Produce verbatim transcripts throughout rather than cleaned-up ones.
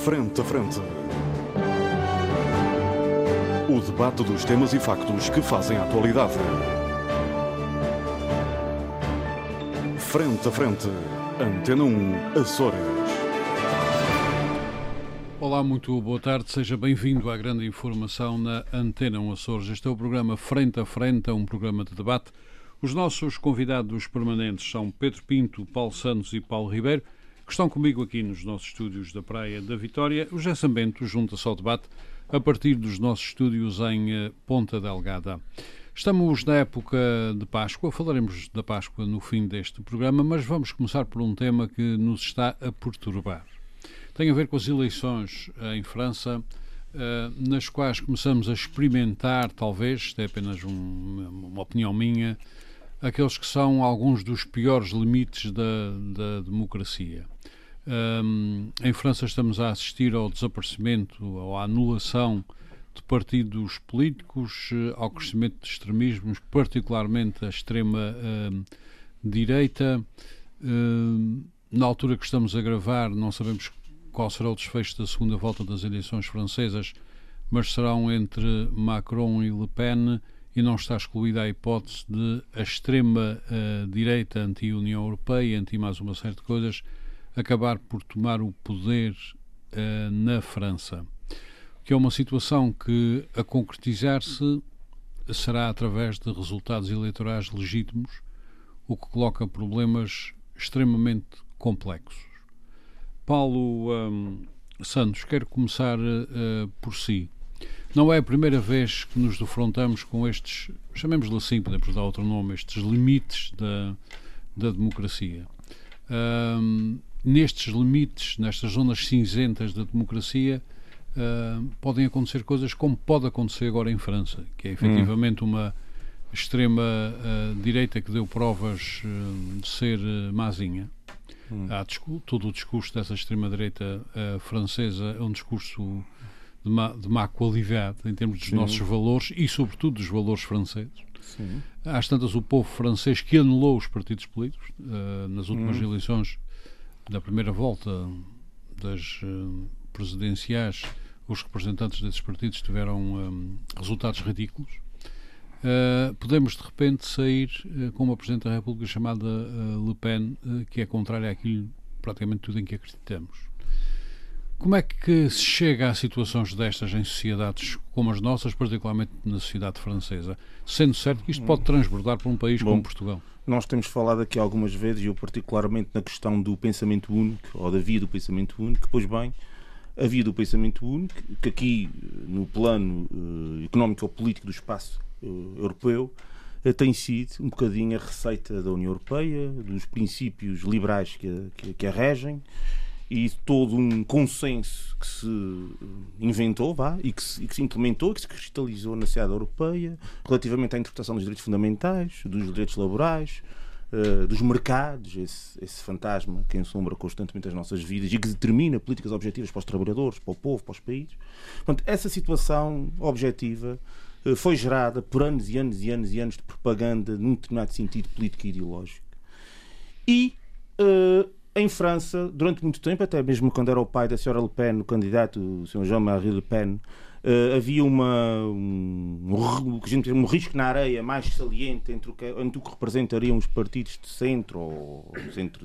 Frente a Frente. O debate dos temas e factos que fazem a atualidade. Frente a Frente. Antena um, Açores. Olá, muito boa tarde. Seja bem-vindo à grande informação na Antena um Açores. Este é o programa Frente a Frente, é um programa de debate. Os nossos convidados permanentes são Pedro Pinto, Paulo Santos e Paulo Ribeiro, que estão comigo aqui nos nossos estúdios da Praia da Vitória. O José Sambento junta-se ao debate a partir dos nossos estúdios em Ponta Delgada. Estamos na época de Páscoa, falaremos da Páscoa no fim deste programa, mas vamos começar por um tema que nos está a perturbar. Tem a ver com as eleições em França, nas quais começamos a experimentar, talvez, isto é apenas um, uma opinião minha, aqueles que são alguns dos piores limites da, da democracia. Um, em França estamos a assistir ao desaparecimento ou à anulação de partidos políticos, ao crescimento de extremismos, particularmente a extrema-direita. Um, na altura que estamos a gravar, não sabemos qual será o desfecho da segunda volta das eleições francesas, mas serão entre Macron e Le Pen, e não está excluída a hipótese de a extrema-direita uh, anti-União Europeia, anti mais uma série de coisas, acabar por tomar o poder uh, na França. Que é uma situação que, a concretizar-se, será através de resultados eleitorais legítimos, o que coloca problemas extremamente complexos. Paulo um, Santos, quero começar uh, por si. Não é a primeira vez que nos defrontamos com estes, chamemos-lhe assim, podemos dar outro nome, estes limites da, da democracia. Um, nestes limites, nestas zonas cinzentas da democracia, uh, podem acontecer coisas como pode acontecer agora em França, que é efetivamente hum. uma extrema-direita que deu provas uh, de ser uh, mazinha. Hum. Há discu- todo o discurso dessa extrema-direita uh, francesa é um discurso de má, de má qualidade em termos dos Sim. nossos valores e, sobretudo, dos valores franceses. Sim. Às tantas, o povo francês que anulou os partidos políticos uh, nas últimas hum. eleições da primeira volta das uh, presidenciais, os representantes desses partidos tiveram um, resultados ridículos. Uh, podemos de repente sair uh, com uma Presidente da República chamada uh, Le Pen, uh, que é contrária àquilo, praticamente tudo em que acreditamos. Como é que se chega a situações destas em sociedades como as nossas, particularmente na sociedade francesa, sendo certo que isto pode transbordar para um país Bom, como Portugal? Nós temos falado aqui algumas vezes, e eu particularmente na questão do pensamento único, ou da via do pensamento único, pois bem, a via do pensamento único, que aqui no plano uh, económico ou político do espaço uh, europeu, uh, tem sido um bocadinho a receita da União Europeia, dos princípios liberais que a, que, que a regem, e todo um consenso que se inventou vá, e, que se, e que se implementou, que se cristalizou na sociedade europeia, relativamente à interpretação dos direitos fundamentais, dos direitos laborais, uh, dos mercados, esse, esse fantasma que ensombra constantemente as nossas vidas e que determina políticas objetivas para os trabalhadores, para o povo, para os países. Portanto, essa situação objetiva uh, foi gerada por anos e anos e anos e anos de propaganda num determinado sentido político e ideológico. E uh, em França, durante muito tempo, até mesmo quando era o pai da senhora Le Pen, o candidato, o senhor Jean-Marie Le Pen, uh, havia uma, um, um, um risco na areia mais saliente entre o que, entre o que representariam os partidos de centro ou centro,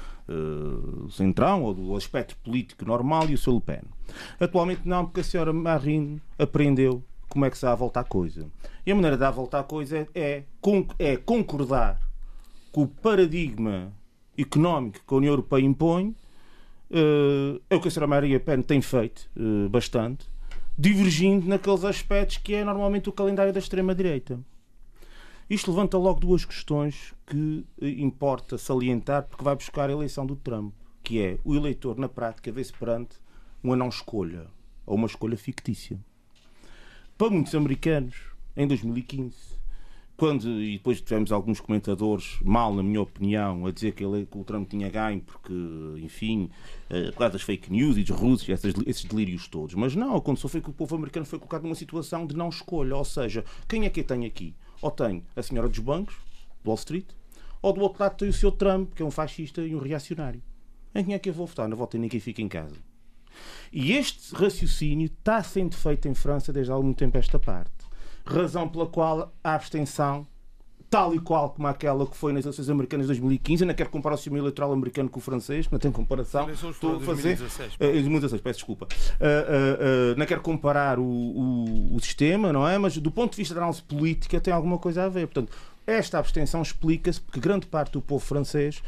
uh, centrão ou do espectro político normal e o senhor Le Pen. Atualmente não, porque a senhora Marine aprendeu como é que se dá a volta à coisa. E a maneira de dar a volta à coisa é, é concordar com o paradigma económico que a União Europeia impõe, uh, é o que a senhora Marine Le Pen tem feito uh, bastante, divergindo naqueles aspectos que é normalmente o calendário da extrema-direita. Isto levanta logo duas questões que uh, importa salientar, porque vai buscar a eleição do Trump, que é o eleitor, na prática, vê-se perante uma não-escolha, ou uma escolha fictícia. Para muitos americanos, em dois mil e quinze, quando, e depois tivemos alguns comentadores, mal na minha opinião, a dizer que, ele, que o Trump tinha ganho porque, enfim, por causa das fake news e dos russos, essas, esses delírios todos. Mas não, aconteceu foi que o povo americano foi colocado numa situação de não escolha. Ou seja, quem é que tem aqui? Ou tem a senhora dos bancos, Wall Street, ou do outro lado tem o senhor Trump, que é um fascista e um reacionário. Em quem é que eu vou votar? Não voto em ninguém, fica em casa. E este raciocínio está sendo feito em França desde há algum tempo esta parte. Razão pela qual a abstenção, tal e qual como aquela que foi nas eleições americanas de dois mil e quinze, eu não quero comparar o sistema eleitoral americano com o francês, não tem comparação. Estou a fazer. dois mil e dezasseis, peço desculpa. Uh, uh, uh, não quero comparar o, o, o sistema, não é? Mas do ponto de vista da análise política tem alguma coisa a ver. Portanto, esta abstenção explica-se porque grande parte do povo francês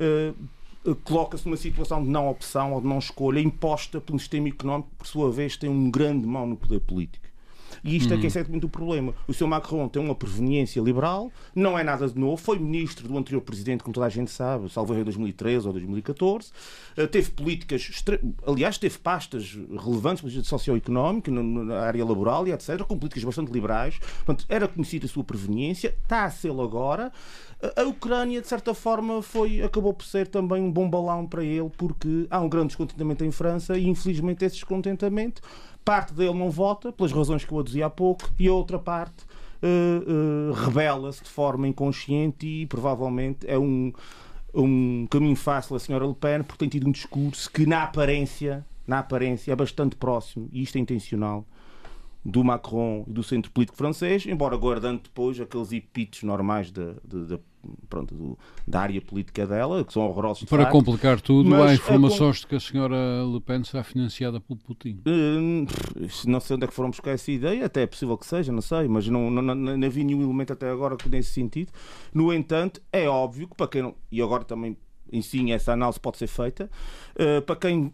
uh, coloca-se numa situação de não opção ou de não escolha imposta por um sistema económico que, por sua vez, tem um grande mão no poder político. E isto uhum. é que é certamente o problema. O senhor Macron tem uma proveniência liberal, não é nada de novo, foi ministro do anterior presidente, como toda a gente sabe, salvo em dois mil e treze ou dois mil e catorze, teve políticas, estre... aliás, teve pastas relevantes na socioeconómica, na área laboral e etcétera, com políticas bastante liberais. Portanto, era conhecida a sua proveniência, está a ser agora. A Ucrânia, de certa forma, foi, acabou por ser também um bom balão para ele, porque há um grande descontentamento em França e, infelizmente, esse descontentamento, parte dele não vota, pelas razões que eu aduzi há pouco, e a outra parte uh, uh, rebela-se de forma inconsciente e, provavelmente, é um, um caminho fácil a senhora Le Pen, porque tem tido um discurso que, na aparência, na aparência, é bastante próximo, e isto é intencional, do Macron e do centro político francês, embora guardando depois aqueles epítetos normais de, de, de, pronto, do, da área política dela, que são horrorosos. Para facto. complicar tudo, há informações com... de que a senhora Le Pen será financiada pelo Putin. Uh, não sei onde é que foram buscar essa ideia, até é possível que seja, não sei, mas não, não, não, não havia nenhum elemento até agora nesse sentido. No entanto, é óbvio que para quem não, e agora também em si essa análise pode ser feita, uh, para quem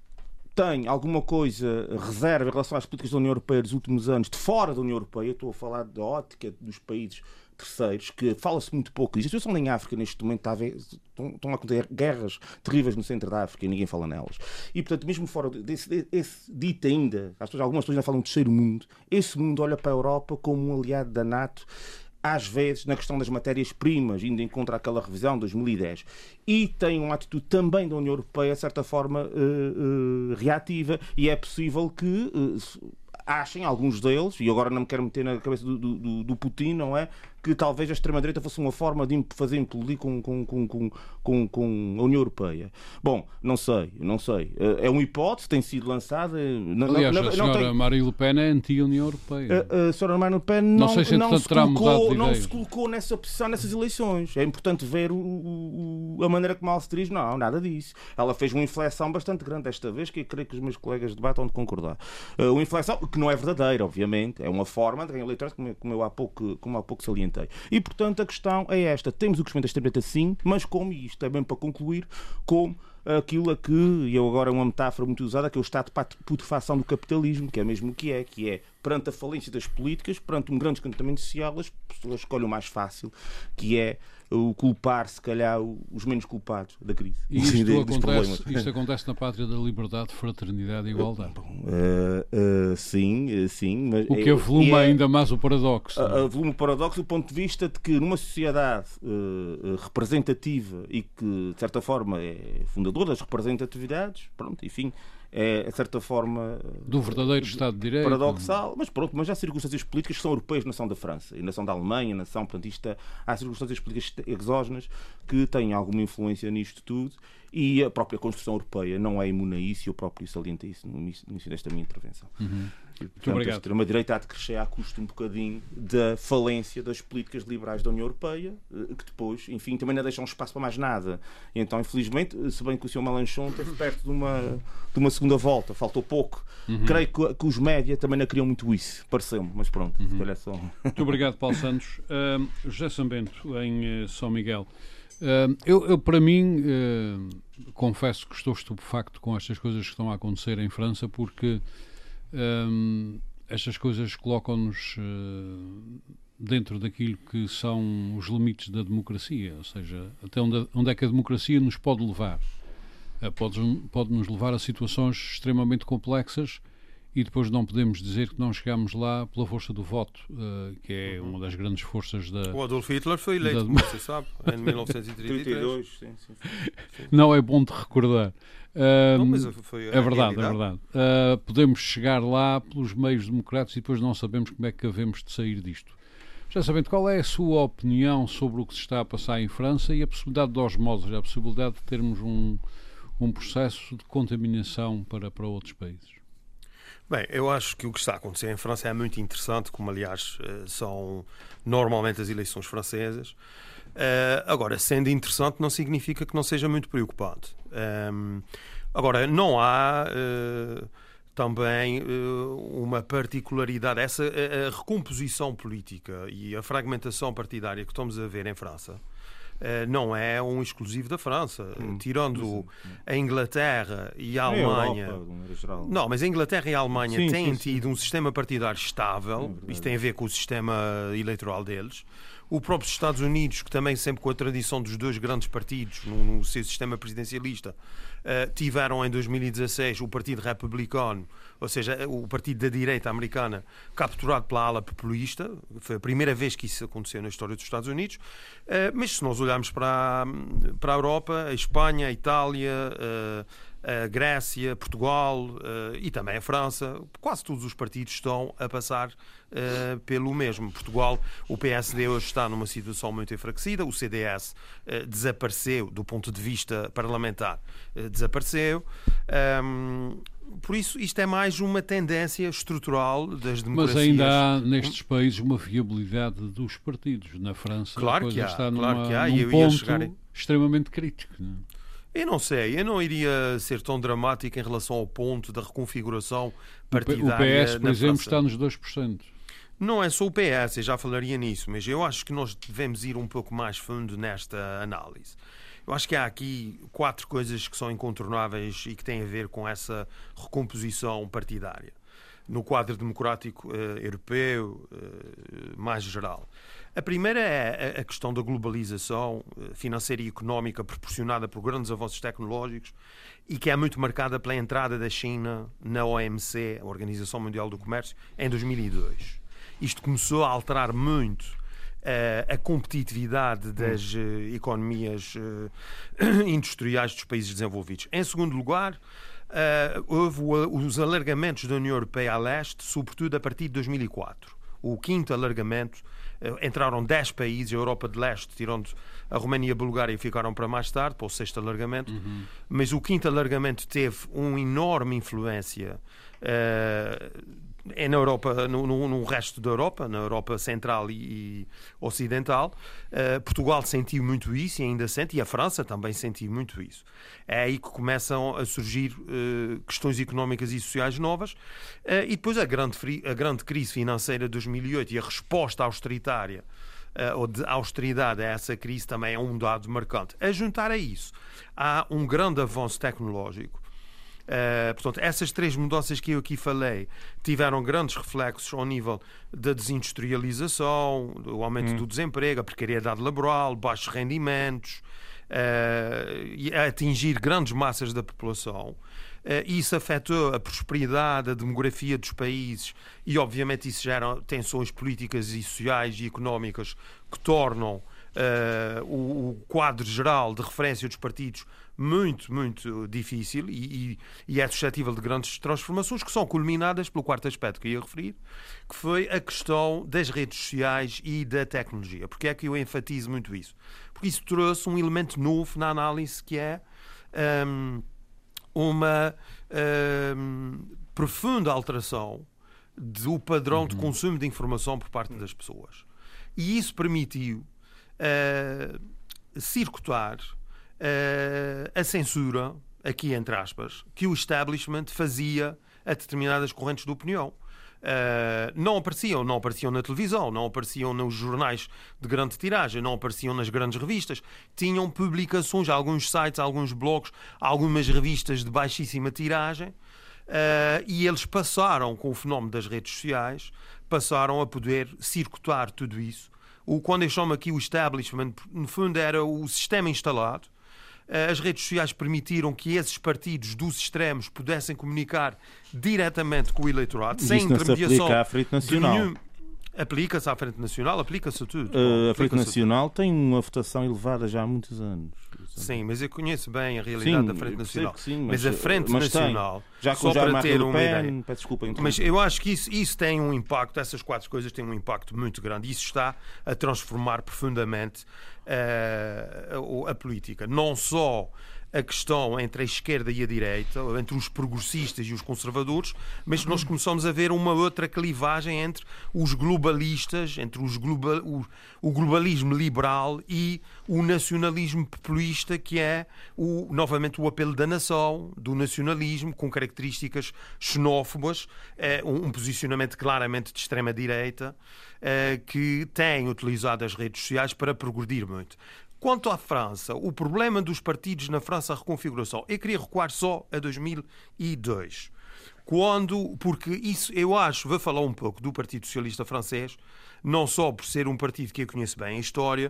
tem alguma coisa, reserva em relação às políticas da União Europeia dos últimos anos, de fora da União Europeia, estou a falar da ótica dos países terceiros, que fala-se muito pouco disso. A situação em África, neste momento, está a ver, estão, estão a acontecer guerras terríveis no centro da África e ninguém fala nelas. E, portanto, mesmo fora desse, desse dito ainda, as pessoas, algumas pessoas já falam de terceiro mundo, esse mundo olha para a Europa como um aliado da NATO, às vezes, na questão das matérias-primas, indo em contra aquela revisão de dois mil e dez. E tem uma atitude também da União Europeia, de certa forma, uh, uh, reativa. E é possível que uh, achem, alguns deles, e agora não me quero meter na cabeça do, do, do Putin, não é? Que talvez a extrema-direita fosse uma forma de fazer implodir com, com, com, com, com, com a União Europeia. Bom, não sei, não sei. É uma hipótese, tem sido lançada. Aliás, não, a senhora tem... Marine Le Pen é anti-União Europeia. A, a senhora Marine Le Pen não, não, sei se não, se, colocou, não se colocou nessa posição nessas eleições. É importante ver o, o, a maneira como ela se dirige. Não, nada disso. Ela fez uma inflexão bastante grande desta vez, que eu creio que os meus colegas de debate vão de concordar. Uma inflexão que não é verdadeira, obviamente. É uma forma de ganhar eleitores, como, como eu há pouco, como há pouco salientei. E, portanto, a questão é esta. Temos o crescimento da extrema-direita, sim, mas como, e isto é bem para concluir, como aquilo a que, e eu agora é uma metáfora muito usada, que é o estado de putrefação do capitalismo, que é mesmo o que é, que é, perante a falência das políticas, perante um grande descontentamento social, as pessoas escolhem o mais fácil, que é o culpar, se calhar, os menos culpados da crise. E isto, de, acontece, isto acontece na pátria da liberdade, fraternidade e igualdade. Bom, uh, uh, sim, sim. Mas o que avoluma é, ainda mais o paradoxo. Avoluma o paradoxo do ponto de vista de que numa sociedade uh, representativa e que, de certa forma, é fundadora das representatividades, pronto, enfim, é, de certa forma... Do verdadeiro Estado de Direito. Paradoxal, mas pronto, mas há circunstâncias políticas que são europeias, nação da França, e nação da Alemanha, nação, portanto, isto é, há circunstâncias políticas exógenas que têm alguma influência nisto tudo, e a própria construção europeia não é imune a isso, e eu próprio salientei isso no início desta minha intervenção. Uhum. E, portanto, a extrema-direita há de crescer à custo um bocadinho da falência das políticas liberais da União Europeia, que depois, enfim, também não deixam espaço para mais nada. E então, infelizmente, se bem que o senhor Mélenchon esteve perto de uma, de uma segunda volta, faltou pouco. Uhum. Creio que, que os média também não queriam muito isso, pareceu-me, mas pronto, uhum. Olha só. Muito obrigado, Paulo Santos. Uh, José Sambento, em uh, São Miguel. Uh, eu, eu, para mim, uh, confesso que estou estupefacto com estas coisas que estão a acontecer em França, porque Um, estas coisas colocam-nos uh, dentro daquilo que são os limites da democracia, ou seja, até onde, onde é que a democracia nos pode levar. Uh, pode, pode nos levar a situações extremamente complexas e depois não podemos dizer que não chegamos lá pela força do voto, uh, que é uma das grandes forças da... O Adolf Hitler foi eleito, da... como você sabe, em mil novecentos e trinta e três. sim, sim, sim. Não é bom de recordar. Uh, não, mas foi é verdade, é verdade. Uh, podemos chegar lá pelos meios democráticos e depois não sabemos como é que havemos de sair disto. Já sabendo, qual é a sua opinião sobre o que se está a passar em França e a possibilidade de osmose, a possibilidade de termos um, um processo de contaminação para, para outros países? Bem, eu acho que o que está a acontecer em França é muito interessante, como aliás são normalmente as eleições francesas. Uh, agora, sendo interessante não significa que não seja muito preocupante. Um, agora, não há uh, também uh, uma particularidade. Essa a, a recomposição política e a fragmentação partidária que estamos a ver em França Uh, não é um exclusivo da França. Hum, Tirando sim, sim. a Inglaterra e a Alemanha... Europa, não, mas a Inglaterra e a Alemanha sim, têm sim, tido sim. um sistema partidário estável. É Isto tem a ver com o sistema eleitoral deles. O próprio Estados Unidos, que também sempre com a tradição dos dois grandes partidos no, no seu sistema presidencialista, uh, tiveram em dois mil e dezasseis o Partido Republicano, ou seja, o partido da direita americana, capturado pela ala populista. Foi a primeira vez que isso aconteceu na história dos Estados Unidos. Uh, mas se nós olharmos para, para a Europa, a Espanha, a Itália, uh, a Grécia, Portugal uh, e também a França, quase todos os partidos estão a passar uh, pelo mesmo. Portugal, o P S D hoje está numa situação muito enfraquecida, o C D S uh, desapareceu do ponto de vista parlamentar, uh, desapareceu. Um, por isso, isto é mais uma tendência estrutural das democracias. Mas ainda há nestes países uma viabilidade dos partidos. Na França, claro a coisa que há, está numa, claro que há, num eu ponto ia chegar... extremamente crítico. Não é? Eu não sei, eu não iria ser tão dramático em relação ao ponto da reconfiguração partidária. O P S, por na exemplo, França. está nos dois por cento. Não é só o P S, eu já falaria nisso, mas eu acho que nós devemos ir um pouco mais fundo nesta análise. Eu acho que há aqui quatro coisas que são incontornáveis e que têm a ver com essa recomposição partidária, no quadro democrático uh, europeu, uh, mais geral. A primeira é a questão da globalização financeira e económica proporcionada por grandes avanços tecnológicos e que é muito marcada pela entrada da China na O M C, a Organização Mundial do Comércio, em dois mil e dois. Isto começou a alterar muito uh, a competitividade das uh, economias uh, industriais dos países desenvolvidos. Em segundo lugar, uh, houve os alargamentos da União Europeia a leste, sobretudo a partir de dois mil e quatro. O quinto alargamento, entraram dez países, a Europa de Leste, tirando a Roménia e a Bulgária, ficaram para mais tarde, para o sexto alargamento. Uhum. Mas o quinto alargamento teve uma enorme influência uh, na Europa, no, no, no resto da Europa, na Europa Central e, e Ocidental. Uh, Portugal sentiu muito isso e ainda sente, e a França também sentiu muito isso. É aí que começam a surgir uh, questões económicas e sociais novas. Uh, e depois a grande, a grande crise financeira de dois mil e oito e a resposta austeritária uh, ou de austeridade a essa crise também é um dado marcante. A juntar a isso, há um grande avanço tecnológico. Uh, portanto, essas três mudanças que eu aqui falei tiveram grandes reflexos ao nível da desindustrialização, do aumento hum. do desemprego, a precariedade laboral, baixos rendimentos, uh, e a atingir grandes massas da população. Uh, isso afetou a prosperidade, a demografia dos países e, obviamente, isso gera tensões políticas e sociais e económicas que tornam uh, o, o quadro geral de referência dos partidos muito, muito difícil e, e, e é suscetível de grandes transformações que são culminadas pelo quarto aspecto que eu ia referir, que foi a questão das redes sociais e da tecnologia. Porque é que eu enfatizo muito isso? Porque isso trouxe um elemento novo na análise que é um, uma um, profunda alteração do padrão uhum. de consumo de informação por parte das pessoas. E isso permitiu uh, circular Uh, a censura, aqui entre aspas, que o establishment fazia a determinadas correntes de opinião. Uh, não apareciam, não apareciam na televisão, não apareciam nos jornais de grande tiragem, não apareciam nas grandes revistas. Tinham publicações, alguns sites, alguns blogs, algumas revistas de baixíssima tiragem, uh, e eles passaram, com o fenómeno das redes sociais, passaram a poder circular tudo isso. O, quando eu chamo aqui o establishment, no fundo era o sistema instalado. As redes sociais permitiram que esses partidos dos extremos pudessem comunicar diretamente com o eleitorado, Isso sem não intermediação. Se aplica à Frente Nacional. Nenhum... Aplica-se à Frente Nacional, aplica-se a tudo. Uh, a Frente Nacional tem uma votação elevada já há muitos anos. Sim, mas eu conheço bem a realidade sim, da Frente Nacional. Que sim, mas, mas a Frente mas Nacional, já só já para ter uma Pen, ideia. Peço desculpa, então. Mas eu acho que isso, isso tem um impacto, essas quatro coisas têm um impacto muito grande. Isso está a transformar profundamente uh, a, a política. Não só a questão entre a esquerda e a direita, entre os progressistas e os conservadores, mas nós começamos a ver uma outra clivagem entre os globalistas, entre os global, o, o globalismo liberal e o nacionalismo populista, que é o, novamente o apelo da nação, do nacionalismo, com características xenófobas, é, um, um posicionamento claramente de extrema-direita, é, que tem utilizado as redes sociais para progredir muito. Quanto à França, o problema dos partidos na França, a reconfiguração, eu queria recuar só a dois mil e dois. Quando, porque isso, eu acho, vou falar um pouco do Partido Socialista Francês, não só por ser um partido que eu conheço bem a história,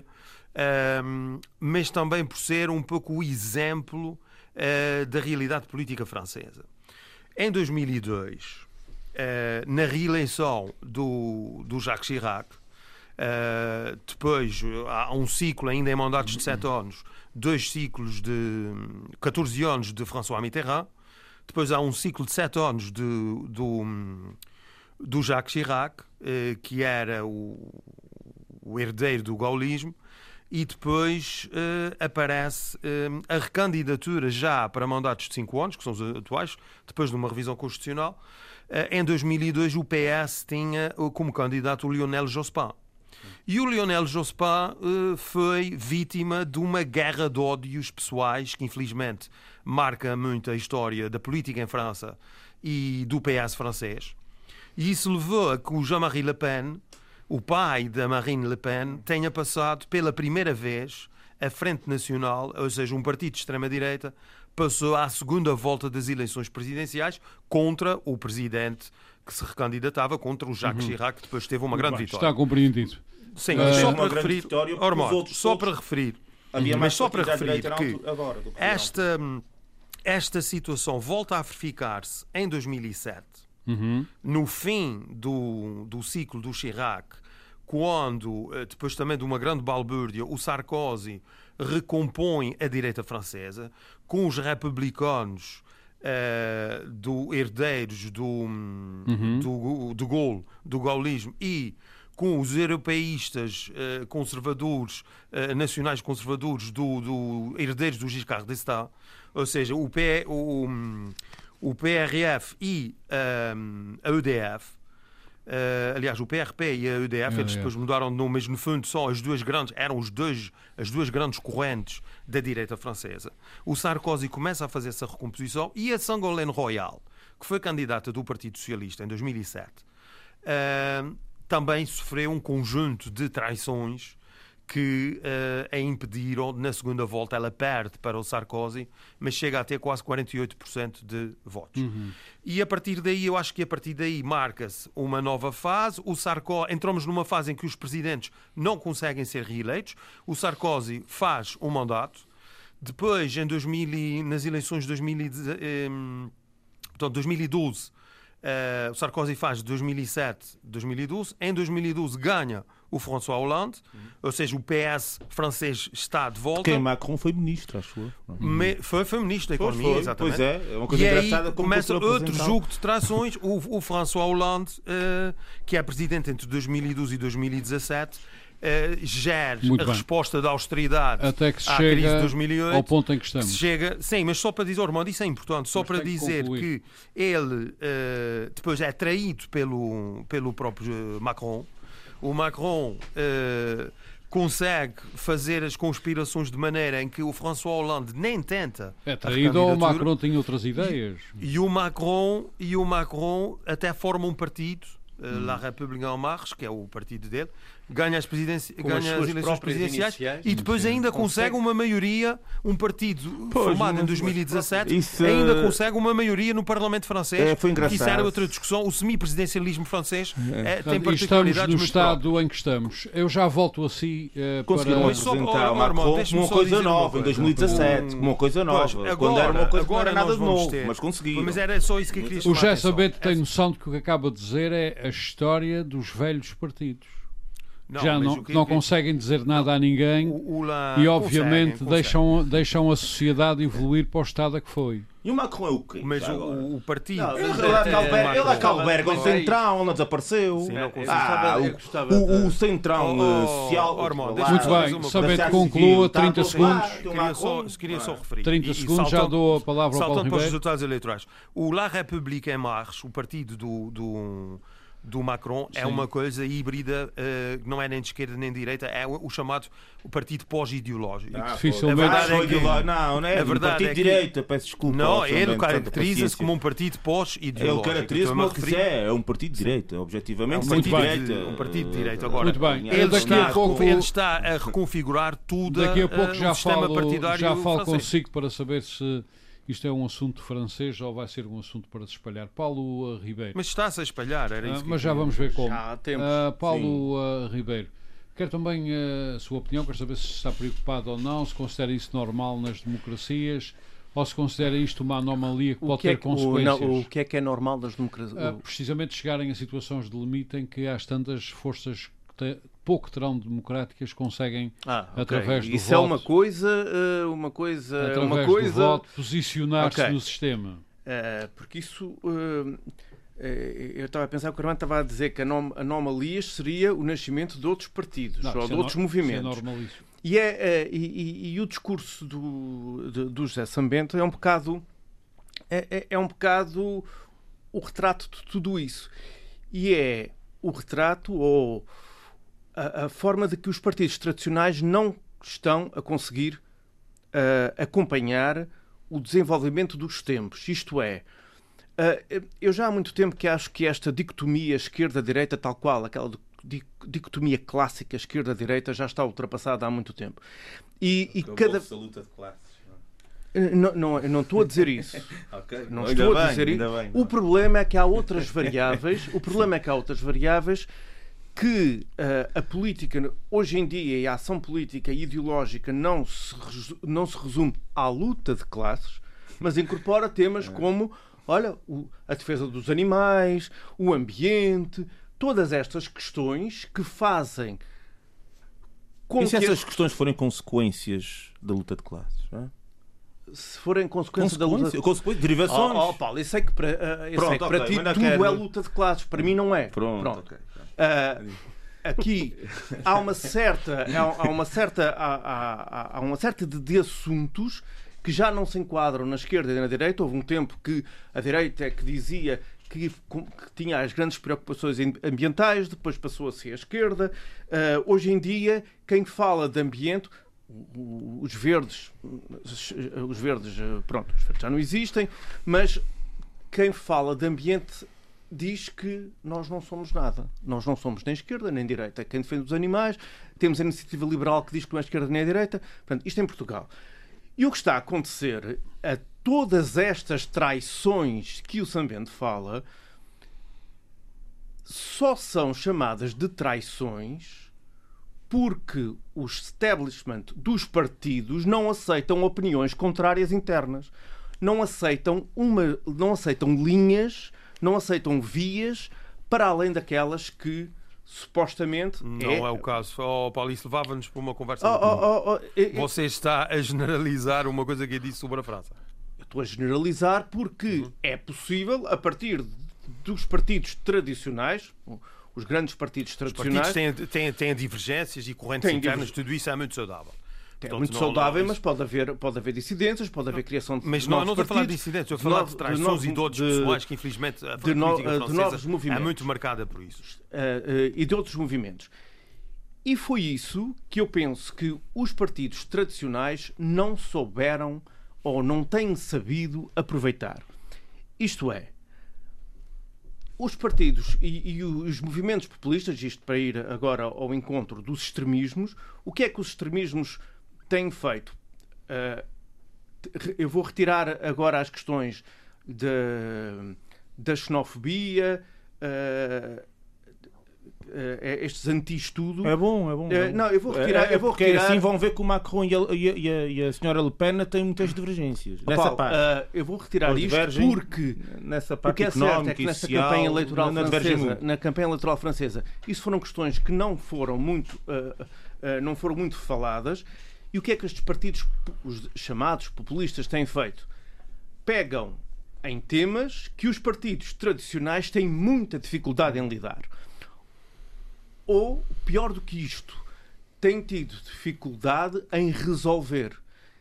um, mas também por ser um pouco o exemplo uh, da realidade política francesa. Em dois mil e dois, uh, na reeleição do, do Jacques Chirac, Uh, depois há um ciclo ainda em mandatos de sete anos, dois ciclos de catorze anos de François Mitterrand, depois há um ciclo de sete anos de, do, do Jacques Chirac, uh, que era o, o herdeiro do gaullismo, e depois uh, aparece uh, a recandidatura já para mandatos de cinco anos, que são os atuais, depois de uma revisão constitucional. Uh, em dois mil e dois o P S tinha como candidato o Lionel Jospin. E o Lionel Jospin uh, foi vítima de uma guerra de ódios pessoais que, infelizmente, marca muito a história da política em França e do P S francês. E isso levou a que o Jean-Marie Le Pen, o pai da Marine Le Pen, tenha passado pela primeira vez a Frente Nacional, ou seja, um partido de extrema-direita, passou à segunda volta das eleições presidenciais contra o presidente que se recandidatava, contra o Jacques uhum. Chirac, que depois teve uma grande Bem, vitória. Está compreendido. Sim, uh, só para referir, vitória, Ormond, só para referir, havia mas só para referir que agora, esta, esta situação volta a verificar-se em dois mil e sete, uhum. no fim do, do ciclo do Chirac, quando, depois também de uma grande balbúrdia, o Sarkozy recompõe a direita francesa, com os republicanos uh, do herdeiros do, uhum. do, do Gaulle, do gaullismo, e com os europeístas uh, conservadores, uh, nacionais conservadores, do, do herdeiros do Giscard d'Estaing, ou seja, o, P, o, o P R F e um, a E D F. Uh, aliás, o P R P e a E D F, é, eles depois é. mudaram de nome, mas no fundo são as duas grandes, eram os dois, as duas grandes correntes da direita francesa. O Sarkozy começa a fazer essa recomposição, e a Ségolène Royal, que foi candidata do Partido Socialista em dois mil e sete, uh, também sofreu um conjunto de traições que uh, a impediram. Na segunda volta ela perde para o Sarkozy, mas chega a ter quase quarenta e oito por cento de votos. Uhum. E a partir daí, eu acho que a partir daí marca-se uma nova fase. O Sarkozy, entramos numa fase em que os presidentes não conseguem ser reeleitos. O Sarkozy faz um mandato. Depois, em dois mil, nas eleições de dois mil e, eh, portanto, dois mil e doze, Uh, o Sarkozy faz de dois mil e sete a dois mil e doze. Em dois mil e doze ganha o François Hollande, uhum. ou seja, o P S francês está de volta. Quem Macron foi ministro, acho eu. Me, foi, foi ministro da foi, Economia, foi. exatamente. Pois é, é uma coisa e engraçada. aí como começa outro jogo de trações. o, o François Hollande, uh, que é presidente entre dois mil e doze e dois mil e dezassete, Uh, gera Muito a bem. resposta da austeridade até que se à chega crise de dois mil e oito, ao ponto em que estamos. que se chega, sim, mas só para dizer, Ormond, isso é importante, só mas para que dizer concluir. que ele uh, depois é traído pelo, pelo próprio Macron. O Macron uh, consegue fazer as conspirações de maneira em que o François Hollande nem tenta. É traído ou o Macron tinha outras ideias? E, e, o Macron, e o Macron até forma um partido, uh, hum. La République En Marche, que é o partido dele, ganha as, presidenci... ganha as eleições presidenciais iniciais, e depois sim, ainda consegue. consegue uma maioria, um partido pois, formado em dois mil e dezassete, isso... ainda consegue uma maioria no Parlamento francês. É, foi engraçado. Isso era outra discussão. O semipresidencialismo francês é. É, tem particularidades. Estamos no estado próprios. Em que estamos. Eu já volto assim uh, conseguiram para... apresentar o Macron como uma coisa nova em dois mil e dezassete, como uma coisa nova. Pois, agora, quando era uma coisa agora que não era nada de novo, ter. Mas conseguiram. Mas era só isso que eu queria chamar o José Bento tem noção de que o que acaba de dizer é a história dos velhos partidos. Não, já não, que... não conseguem dizer nada não. a ninguém o, o lá... e obviamente conseguem, deixam, conseguem. deixam a sociedade evoluir para o estado a que foi. E o Macron é o quê? Mas o, o partido... Não, ele é que alberga o Centrão, não desapareceu. Sim, não ah, eu gostava, eu o, gostava o Centrão oh, se oh, Armando, Muito bem, Sambento conclua, trinta segundos. Queria só, queria só referir. trinta E, segundos, e já dou a palavra ao Paulo Saltando para os Ribeiro. resultados eleitorais. O La République en Marche, o partido do... do do Macron, Sim. é uma coisa híbrida, uh, não é nem de esquerda nem de direita, é o, o chamado o partido pós-ideológico. Ah, Dificilmente. a verdade é que- não, não é a um verdade partido é de que- direita, peço desculpa. Não, ó, ele Sambento, tanta caracteriza-se paciência. como um partido Ele pós-ideológico. caracteriza como Estou-me a o que referir- quiser, é um partido de direita, É um objetivamente. Muito partido bem. de direita. Um partido de direita. Agora, Muito bem. Ele Daqui está, a pouco- ele está a reconfigurar tudo Daqui a pouco uh, já o sistema falo, partidário já falo francês. consigo para saber se isto é um assunto francês ou vai ser um assunto para se espalhar. Paulo uh, Ribeiro. Mas está-se a espalhar, era Ah, isso que mas eu já queria vamos ver como. Já há tempos. Ah, Paulo uh, Ribeiro, quero também uh, a sua opinião, quero saber se está preocupado ou não, se considera isso normal nas democracias ou se considera isto uma anomalia que O pode que, é ter que, o, consequências. não, o que é que é normal nas democracias? Ah, precisamente chegarem a situações de limite em que às tantas forças que te, pouco terão democráticas conseguem, Ah, ok. através do Isso voto, é uma coisa, eh, uma coisa, através uma do coisa, voto, posicionar-se Ok. no sistema. eh, porque isso, eh, eh, eu estava a pensar que o Armando estava a dizer que anom anomalias seria o nascimento de outros partidos Não, ou isso de é outros no- movimentos. Isso é normalíssimo. E, é, eh, e, e- e o discurso do, de- do José Sambento é um bocado é, é- é um bocado o retrato de tudo isso. E é o retrato ou a, a forma de que os partidos tradicionais não estão a conseguir eh, acompanhar o desenvolvimento dos tempos. Isto é, eh, eu já há muito tempo que acho que esta dicotomia esquerda-direita, tal qual, aquela di- dicotomia clássica esquerda-direita, já está ultrapassada há muito tempo. E, e cada... luta de classes. Não, não, eu não estou a dizer isso. Ok. Não Ainda estou a bem, dizer ainda isso. bem. O problema é que há outras variáveis. O problema é que há outras variáveis que uh, a política hoje em dia e a ação política e ideológica não se, resu- não se resume à luta de classes, mas incorpora temas como, olha, o- a defesa dos animais, o ambiente, todas estas questões que fazem com E se que essas questões forem consequências da luta de classes? Não é? se forem consequências da luta Consequências, consequências, derivações. Oh, oh, Paulo, eu sei que para, uh, eu Pronto, sei que ok, para ti mas não tudo quero- é luta de classes, para mim não é. Pronto, Pronto. ok. Uh, aqui há uma certa, há, há uma certa, há, há, há uma certa de, de assuntos que já não se enquadram na esquerda e na direita. Houve um tempo que a direita é que dizia que, que tinha as grandes preocupações ambientais, depois passou a ser a esquerda. Uh, hoje em dia, quem fala de ambiente, os verdes, os verdes, pronto, os verdes já não existem, mas quem fala de ambiente diz que nós não somos nada. Nós não somos nem esquerda nem direita. Quem defende os animais, temos a iniciativa liberal que diz que não é esquerda nem é direita. Portanto, isto é em Portugal. E o que está a acontecer a todas estas traições que o Sambento fala só são chamadas de traições porque o establishment dos partidos não aceitam opiniões contrárias internas. Não aceitam, uma, não aceitam linhas, não aceitam vias para além daquelas que supostamente... Não é, o caso. Oh, Paulo, isso levava-nos para uma conversa. Oh, muito oh, oh, oh, eu- eu- Você está a generalizar uma coisa que eu disse sobre a França. eu estou a generalizar porque é possível, a partir dos partidos tradicionais, os grandes partidos Os tradicionais... partidos têm, têm, têm divergências e correntes Têm internas, diver- tudo isso é muito saudável. É Portanto, muito não- saudável, não- mas pode haver, pode haver dissidências, pode haver criação de Mas de não, novos não estou a falar de partidos, dissidentes, estou a de falar novos- de traições de novos- e de outros de- pessoais que, infelizmente, a de no- política de francesa novos é movimentos. muito marcada por isso. uh, uh, e de outros movimentos. E foi isso que eu penso que os partidos tradicionais não souberam ou não têm sabido aproveitar. Isto é, os partidos e, e os movimentos populistas, isto para ir agora ao encontro dos extremismos, o que é que os extremismos têm feito? Uh, eu vou retirar agora as questões de, da xenofobia, uh, uh, estes anti-estudo. É bom, é bom. é Uh, bom. não, eu vou retirar. É, eu vou porque retirar... assim vão ver que o Macron e a, e a- e a- e a senhora Le Pen têm muitas divergências. Oh, Nessa Paulo, parte. uh, eu vou retirar Eles isto divergem porque nessa o parte que é certo económica é que e nessa social, campanha eleitoral não divergem francesa, muito. na campanha eleitoral francesa, isso foram questões que não foram muito, uh, uh, não foram muito faladas. E o que é que estes partidos, os chamados populistas, têm feito? pegam em temas que os partidos tradicionais têm muita dificuldade em lidar. Ou, pior do que isto, têm tido dificuldade em resolver.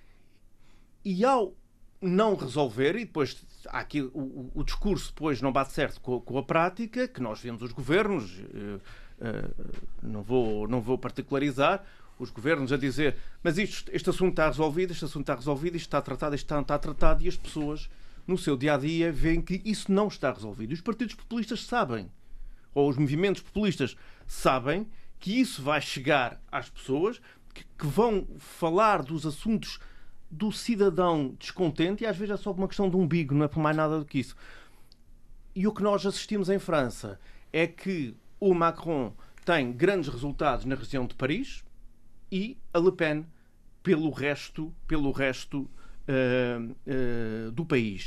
E ao não resolver, e depois há aqui o, o, o discurso depois não bate certo com, com a prática, que nós vemos os governos, uh, uh, não, vou, não vou particularizar, os governos a dizer, mas isto, este assunto está resolvido, este assunto está resolvido, isto está tratado, isto está, está tratado, e as pessoas, no seu dia-a-dia, veem que isso não está resolvido. E os partidos populistas sabem, ou os movimentos populistas sabem, que isso vai chegar às pessoas, que, que vão falar dos assuntos do cidadão descontente, e às vezes é só uma questão de umbigo, não é por mais nada do que isso. E o que nós assistimos em França é que o Macron tem grandes resultados na região de Paris e a Le Pen pelo resto, pelo resto uh, uh, do país.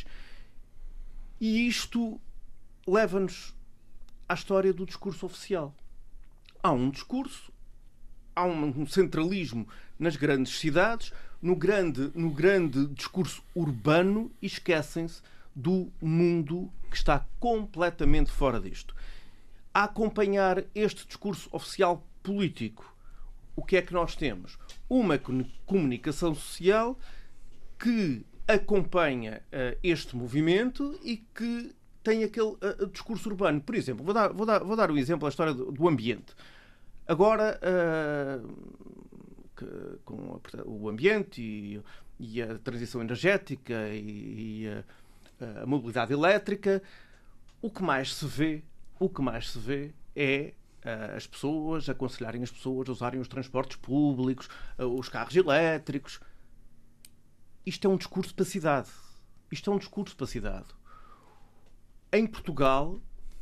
E isto leva-nos à história do discurso oficial. Há um discurso, há um centralismo nas grandes cidades, no grande, no grande discurso urbano, e esquecem-se do mundo que está completamente fora disto. A acompanhar este discurso oficial político, o que é que nós temos? Uma comunicação social que acompanha uh, este movimento e que tem aquele uh, discurso urbano. Por exemplo, vou dar, vou dar, vou dar um exemplo da história do, do ambiente. Agora, uh, que, com a, o ambiente e, e a transição energética e, e a, a mobilidade elétrica, o que mais se vê, o que mais se vê é uh, as pessoas aconselharem as pessoas a usarem os transportes públicos, uh, os carros elétricos. Isto é um discurso para a cidade. Isto é um discurso para a cidade. Em Portugal,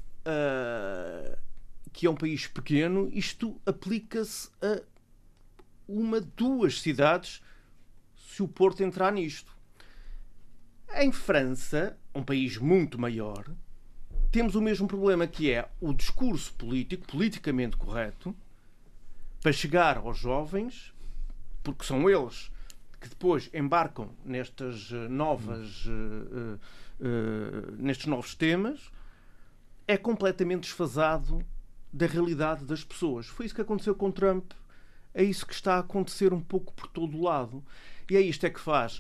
uh, que é um país pequeno, isto aplica-se a uma, duas cidades, se o Porto entrar nisto. Em França, um país muito maior, temos o mesmo problema, que é o discurso político, politicamente correto, para chegar aos jovens, porque são eles que depois embarcam nestas novas, uh, uh, uh, nestes novos temas, é completamente desfasado da realidade das pessoas. Foi isso que aconteceu com Trump, é isso que está a acontecer um pouco por todo o lado. E é isto é que faz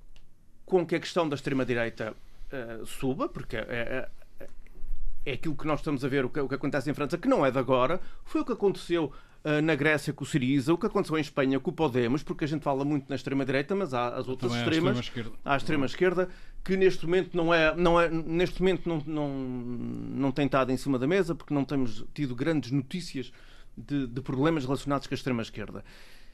com que a questão da extrema-direita uh, suba, porque é, é, é aquilo que nós estamos a ver, o que, o que acontece em França, que não é de agora, foi o que aconteceu uh, na Grécia com o Syriza, o que aconteceu em Espanha com o Podemos, porque a gente fala muito na extrema-direita, mas há as outras extremas, há a extrema-esquerda, que neste momento não é, não é neste momento não, não, não tem estado em cima da mesa, porque não temos tido grandes notícias de, de problemas relacionados com a extrema-esquerda.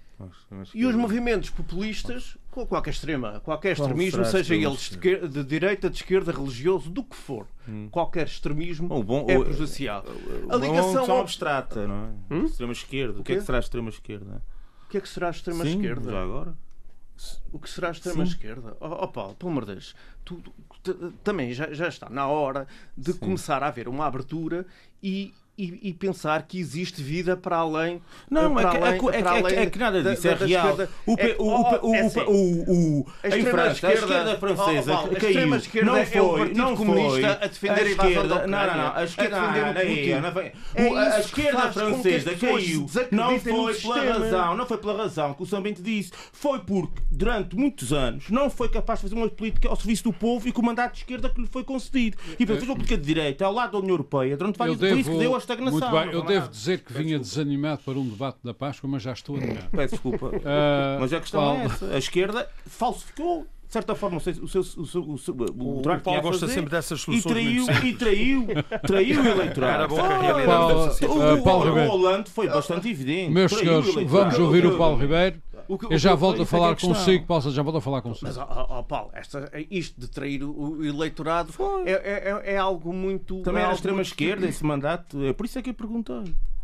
E os movimentos populistas, com qualquer extrema, qualquer extremismo, seja ele de, de direita, de esquerda, religioso, do que for, hum. qualquer extremismo oh, bom, é prejudicial. A ligação é abstrata, não é? Hum? Extrema-esquerda. O, o que é que será a extrema-esquerda? O que é que será a extrema-esquerda? Já agora? O que será a extrema-esquerda? Oh, oh Paulo, pelo amor de Deus, tu, tu, também já, já está na hora de Sim. começar a haver uma abertura e E, e pensar que existe vida para além. Não, para é, que, além, é, que, para é, além é que nada disso da, é da real. Esquerda, o, é, o, oh, o, é assim, o, o, a em França, a esquerda francesa oh, oh, caiu. A extrema esquerda não foi, é o Partido não Comunista foi. a defender a, a invasão da Ucrânia. Não, não, não. A esquerda, a defender não, o Putin. não, não, é a, a esquerda francesa caiu. Não foi pela razão, não foi pela razão que o São Bento disse. Foi porque, durante muitos anos, não foi capaz de fazer uma política ao serviço do povo e com o mandato de esquerda que lhe foi concedido. E portanto, fez uma política de direita ao lado da União Europeia durante vários anos. Por isso que deu a estagnação. Muito bem, eu devo dizer que vinha desanimado para um debate da Páscoa, mas já estou animado. Peço desculpa. Uh, mas a questão Paulo... é essa. A esquerda falsificou, de certa forma, o seu, o seu, o seu, o seu, o o Paulo gosta sempre dessas soluções. E traiu, e traiu, traiu o eleitorado. Ah, Paulo, o, uh, Paulo o, Ribeiro. O Hollande foi bastante evidente. Meus senhores, vamos ouvir o Paulo Ribeiro. O que, o eu já volto a falar consigo, Paulo, já volto a falar consigo. Mas, oh, oh, Paulo, esta, isto de trair o eleitorado é, é, é algo muito... Também é era a extrema-esquerda esse mandato, é por isso é que eu perguntei.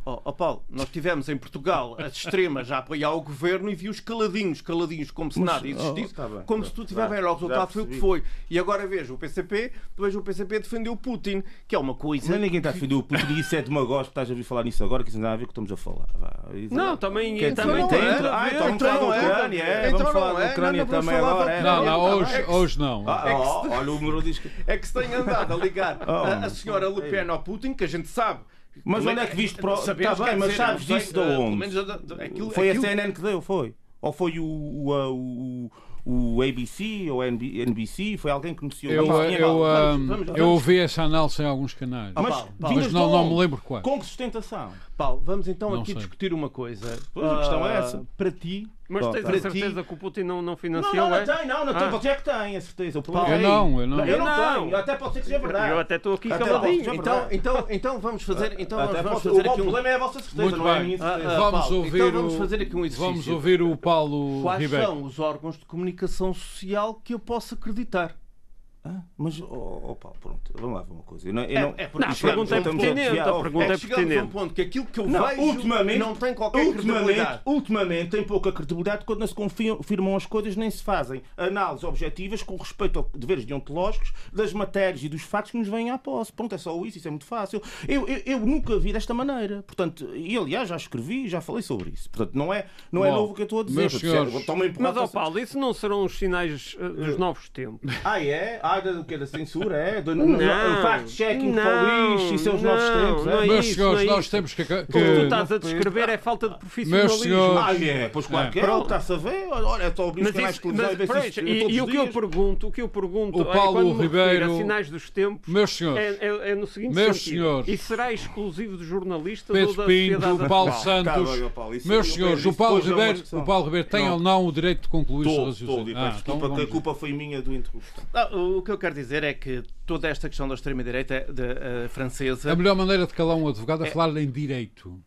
Oh, oh Paulo, nós tivemos em Portugal as extremas a apoiar o governo e vi-os caladinhos, caladinhos, como se Mas, nada existisse, oh, tá bem, como tá, se tudo tivesse já, bem. O resultado foi o que percebi. foi. E agora vejo o P C P, vejo o P C P defender o Putin, que é uma coisa. Mas ninguém está a defender o Putin e isso é demagógico, estás a ouvir falar nisso agora, que isso não tem nada a ver com o que estamos a falar. Vá. Não, também, Que é também não tem. é. tudo a Ah, ver. então vamos Então falar não da é. Ucrânia, é? Então Vamos não falar da é. Ucrânia Não, não vamos também falar agora, da é? Não, não, É hoje, que- hoje não. Ah, oh, olha, o número diz que... É que se tem andado a ligar Oh, a, a senhora Le Pen ao Putin, que a gente sabe. Mas onde é que viste? Pro... Está Sabemos, bem, quer mas dizer, sabes não sei, disso de eh, pelo onde? menos da- da- aquilo- Foi a aquilo- C N N que deu, foi? Ou foi o, o, o, o A B C ou N B C? Foi alguém que noticiou? Eu, Vamos, eu, vamos, ah, vamos, vamos, eu vamos. ouvi essa análise em alguns canais, Ah, Mas, Paulo, Paulo. mas vindas não, de não onde? me lembro quais. Com que sustentação? Paulo, vamos então Não aqui sei. discutir uma coisa. Pois, a questão é Ah, essa. Para ti, Mas Oh, tens tá. a Para certeza ti- que o Putin não, não Não, financiou, não, não é? tem, não, não tem. Ah. Você é que tem, a certeza. O problema Eu é não, aí. eu não. Eu não Eu tenho. não. Até pode ser que seja verdade. Eu até estou aqui Até caladinho. posso- então, então, então vamos fazer, então Até vamos pode ser- fazer o aqui um... problema é a vossa certeza, Muito não é a bem. minha Ah, certeza. ah, Vamos Paulo, ouvir então vamos o- fazer aqui um exercício. Vamos ouvir o Paulo Quais Ribeiro. são os órgãos de comunicação social que eu posso acreditar? Ah, mas, oh, oh, Paulo, pronto, vamos lá ver uma coisa. Eu não, eu É- não, é porque Não, a chegamos pergunta é a um ponto- pertinente. desviar, A oh, pergunta É é que chegamos a um pertinente. ponto que aquilo que eu Não, vejo ultimamente, não tem qualquer ultimamente, credibilidade. ultimamente tem pouca credibilidade quando não se confirmam as coisas, nem se fazem análises objetivas com respeito aos deveres deontológicos das matérias e dos factos que nos vêm à posse. Pronto, é só isso, isso é muito fácil. Eu, eu, eu nunca vi desta maneira. Portanto, e aliás, já escrevi, já falei sobre isso. Portanto, não é, não é Bom, novo o que eu estou a dizer. meus Portanto, senhores, se é- tomem por Mas, ó nota- Paulo, isso não serão os sinais uh, dos novos tempos? Ah, é? Ah, do que? Da censura, é? Do, Não, o fact-checking não, police e seus não, novos tempos, não é? é Meus isso, senhores, não é nós isso. temos que... que... O que tu estás a descrever é falta de profissionalismo. senhores, Ah, é? Pois claro É. que é, Pronto. está-se a ver. Olha, é só abrir os Mas canais de isso, televisão e mas, ver peraí, se isso e, todos e o os que eu dias. pergunto, o que eu pergunto, O é, Paulo quando me refiro Ribeiro- a sinais dos tempos, Meus senhores, é, é- é no seguinte Meus sentido. senhores. E será exclusivo dos jornalistas Pedro ou da Pinto, sociedade Paulo atual? Santos, Tá bem, ó, Paulo, isso- meus eu senhores, vejo o isso Paulo depois é uma Ribeiro, discussão. o Paulo Ribeiro tem Não. ou não o direito de concluir o seu Todo, raciocínio? todo. E Ah, peço então desculpa que a vamos ver. culpa foi minha do interrupção. Ah, o que eu quero dizer é que toda esta questão da extrema-direita de, eh, francesa... A melhor maneira de calar um advogado é, É- falar em direito.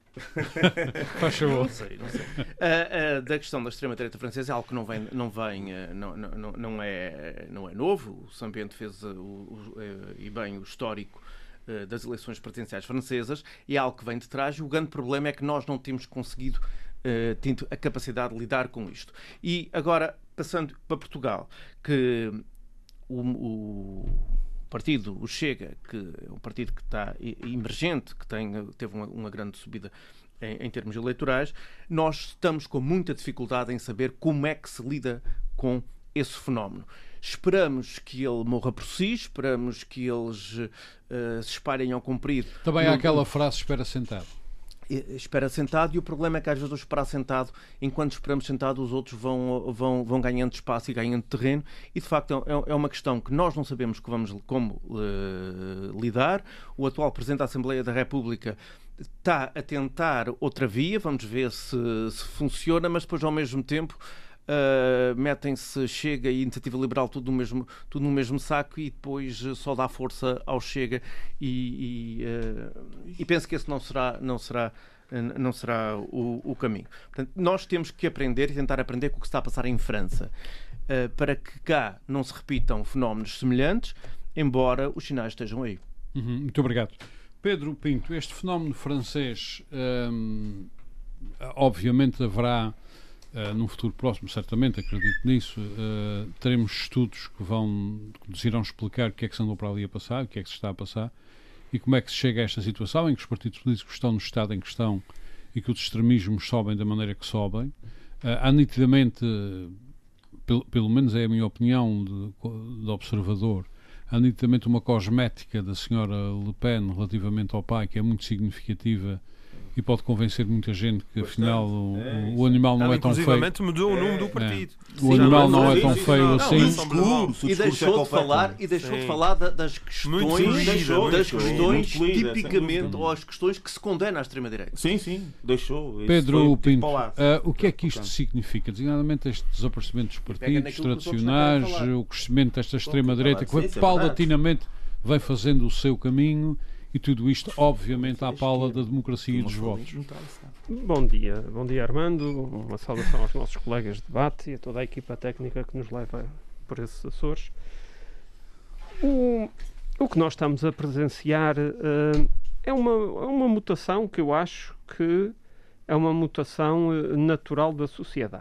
Faz favor. Não sei, não sei. Ah, ah, da questão da extrema-direita francesa é algo que não vem, não, vem ah, não, não, não- não, é, não é novo. O Saint-Bento fez ah, o, o, eh, e bem o histórico ah, das eleições presidenciais francesas e é algo que vem de trás. E o grande problema é que nós não temos conseguido ah, tido a capacidade de lidar com isto. E agora, passando para Portugal, que o, o partido, o Chega, que é um partido que está e- emergente, que tem, teve uma, uma grande subida em, em termos eleitorais, nós estamos com muita dificuldade em saber como é que se lida com esse fenómeno. Esperamos que ele morra por si, esperamos que eles eh, se espalhem ao comprido. Também há Não- aquela frase espera sentado. espera sentado e o problema é que às vezes o esperar sentado, enquanto esperamos sentado, os outros vão, vão, vão ganhando espaço e ganhando terreno e de facto é, é uma questão que nós não sabemos que vamos, como uh, lidar. O atual Presidente da Assembleia da República está a tentar outra via, vamos ver se, se funciona, mas depois ao mesmo tempo Uh, metem-se Chega e Iniciativa Liberal tudo no mesmo, tudo no mesmo saco e depois uh, só dá força ao Chega e, e, uh, e penso que esse não será, não será, uh, não será o, o caminho. Portanto, nós temos que aprender e tentar aprender com o que se está a passar em França uh, para que cá não se repitam fenómenos semelhantes, embora os sinais estejam aí. Uhum, muito obrigado. Pedro Pinto, este fenómeno francês, hum, obviamente haverá Uh, num futuro próximo, certamente, acredito nisso, uh, teremos estudos que vão que nos irão explicar o que é que se andou para ali a passar, o que é que se está a passar e como é que se chega a esta situação em que os partidos políticos estão no estado em questão e que os extremismos sobem da maneira que sobem. Uh, há nitidamente, uh, pelo, pelo menos é a minha opinião de, de observador, há nitidamente uma cosmética da senhora Le Pen relativamente ao pai que é muito significativa e pode convencer muita gente que afinal o, É, o animal não Ela, é tão feio. inclusivamente, mudou o nome do partido. O animal não é Sim, tão sim, feio não, assim. não, isso- discurso, o E discurso é deixou de completo. falar, e deixou de Sim. falar da- das Muito questões, fluida, deixou, muito das fluida, questões muito fluida, sem tipicamente, dúvida. ou as questões que se condena à extrema-direita. Sim, sim, deixou. Isso Pedro foi Pinto, para lá. ah, o que é que isto Portanto, significa? Designadamente este desaparecimento dos pega partidos naquilo que os outros não tradicionais, querem falar. o crescimento desta extrema-direita que Sim, isso é paulatinamente vem fazendo o seu caminho e tudo isto, obviamente, à pala da democracia e dos votos. Bom dia, bom dia Armando, uma saudação aos nossos colegas de debate e a toda a equipa técnica que nos leva por esses Açores. O, o que nós estamos a presenciar uh, é uma, é uma mutação que eu acho que é uma mutação natural da sociedade.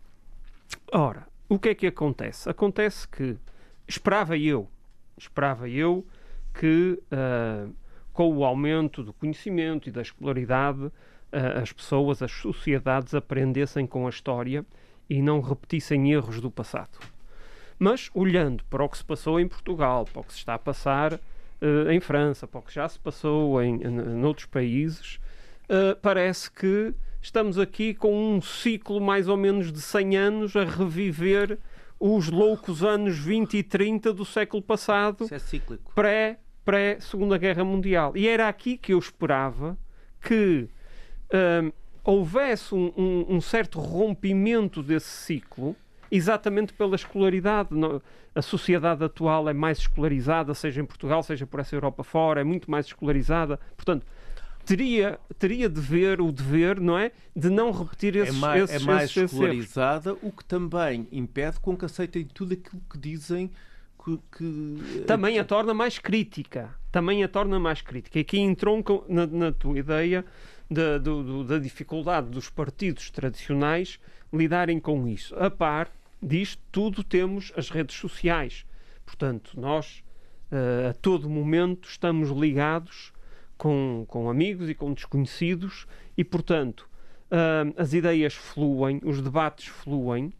Ora, o que é que acontece? Acontece que esperava eu, esperava eu que uh, com o aumento do conhecimento e da escolaridade uh, as pessoas, as sociedades aprendessem com a história e não repetissem erros do passado. Mas, olhando para o que se passou em Portugal, para o que se está a passar uh, em França, para o que já se passou em, em, em outros países, uh, parece que estamos aqui com um ciclo mais ou menos de cem anos a reviver os loucos anos vinte e trinta do século passado, Isso é cíclico. pré, pré-Segunda Guerra Mundial. E era aqui que eu esperava que uh, houvesse um, um, um certo rompimento desse ciclo, exatamente pela escolaridade. A sociedade atual é mais escolarizada, seja em Portugal, seja por essa Europa fora, é muito mais escolarizada. Portanto, teria, teria de ver o dever, não é? De não repetir esses, é mais, esses, é mais esses, esses escolarizada, o que também impede com que aceitem tudo aquilo que dizem que... que também a torna mais crítica. Também a torna mais crítica. E aqui entroncam na, na tua ideia da, do, do, da dificuldade dos partidos tradicionais lidarem com isso. A par disto tudo temos as redes sociais. Portanto, nós uh, a todo momento estamos ligados com, com amigos e com desconhecidos e, portanto, uh, as ideias fluem, os debates fluem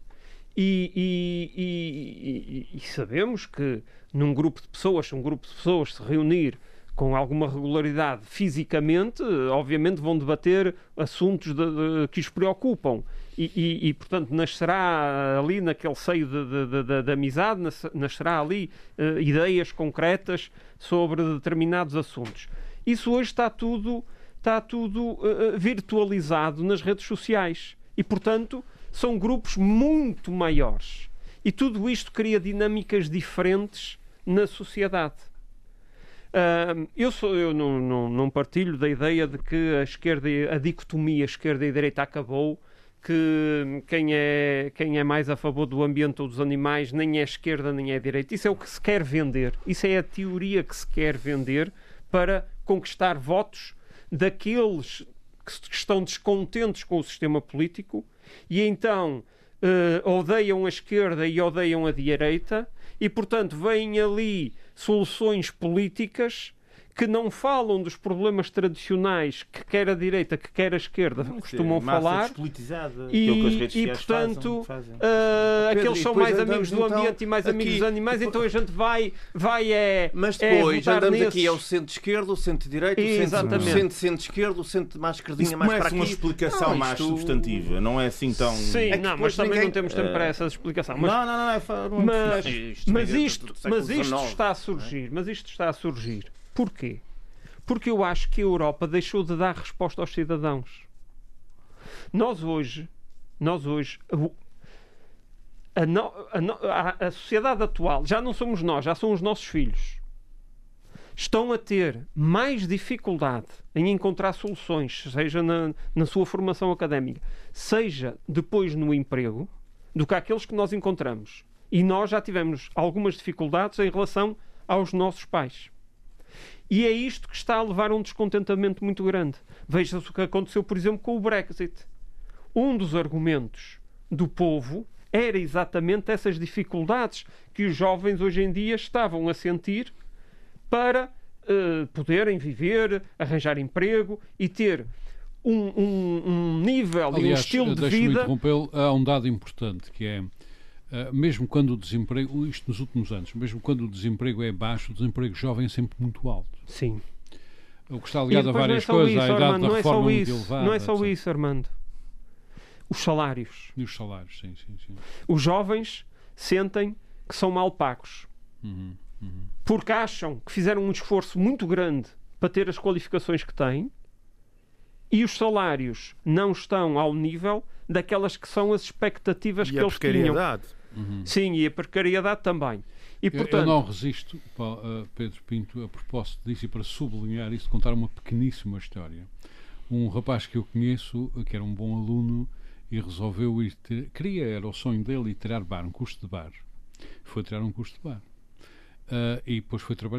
e, e, e, e, e sabemos que num grupo de pessoas, se um grupo de pessoas se reunir com alguma regularidade fisicamente, obviamente vão debater assuntos de, de, que os preocupam. E, e, e, portanto, nascerá ali naquele seio de, de, de, de amizade, nascerá ali uh, ideias concretas sobre determinados assuntos. Isso hoje está tudo, está tudo uh, virtualizado nas redes sociais. E, portanto, são grupos muito maiores. E tudo isto cria dinâmicas diferentes na sociedade. Uh, eu sou, eu não, não, não partilho da ideia de que a esquerda, a dicotomia esquerda e direita acabou, que quem é, quem é mais a favor do ambiente ou dos animais nem é esquerda nem é direita. Isso é o que se quer vender. Isso é a teoria que se quer vender para conquistar votos daqueles que estão descontentes com o sistema político e então uh, odeiam a esquerda e odeiam a direita e, portanto, vêm ali soluções políticas que não falam dos problemas tradicionais que quer a direita, que quer a esquerda Não, costumam é massa falar despolitizada, e, que é o que as redes e sociais portanto fazem, fazem. uh, Pedro, aqueles e são depois mais amigos andamos, do ambiente então, e mais aqui- amigos dos animais, então a gente vai, vai é, Mas é depois votar andamos nesses. aqui ao centro-esquerda, o centro-direita, o Exatamente. centro- o centro-centro-esquerda, o centro mais esquerdinha, Isso mais começa para aqui. uma explicação Não, mais isto- substantiva, não é assim tão... Sim, É que não, depois mas também ninguém- não temos tempo para eh, essa explicação. Mas, Não, não, não, é fa- muito mas, difícil. mas vem isto, do século mas isto dezenove, está a surgir, mas isto está a surgir. Porquê? Porque eu acho que a Europa deixou de dar resposta aos cidadãos. Nós hoje, nós hoje, a, no, a, no, a, a sociedade atual, já não somos nós, já são os nossos filhos. Estão a ter mais dificuldade em encontrar soluções, seja na, na sua formação académica, seja depois no emprego, do que aqueles que nós encontramos. E nós já tivemos algumas dificuldades em relação aos nossos pais. E é isto que está a levar a um descontentamento muito grande. Veja-se o que aconteceu, por exemplo, com o Brexit. Um dos argumentos do povo era exatamente essas dificuldades que os jovens hoje em dia estavam a sentir para uh, poderem viver, arranjar emprego e ter um, um, um nível Aliás, e um estilo de deixe-me vida... interrompê-lo, há um dado importante que é, uh, mesmo quando o desemprego, isto nos últimos anos, mesmo quando o desemprego é baixo, o desemprego jovem é sempre muito alto. Sim. O que está E ligado a depois não é várias só coisas, isso, à idade Armando, da não é só reforma muito isso, elevada. não é só etcétera. isso, Armando. Os salários. E os salários, sim, sim, sim. Os jovens sentem que são mal pagos. Uhum, uhum. Porque acham que fizeram um esforço muito grande para ter as qualificações que têm e os salários não estão ao nível daquelas que são as expectativas E que a eles tinham. precariedade. Uhum. Sim, e a precariedade também. E, Eu- portanto, Eu não resisto, pa- uh, Pedro Pinto, a propósito disso e para sublinhar isso, contar uma pequeníssima história. Um rapaz que eu conheço, que era um bom aluno e resolveu ir, ter, queria, era o sonho dele, ir tirar bar, um curso de bar. Foi tirar um curso de bar. Uh, e depois foi trabalhar.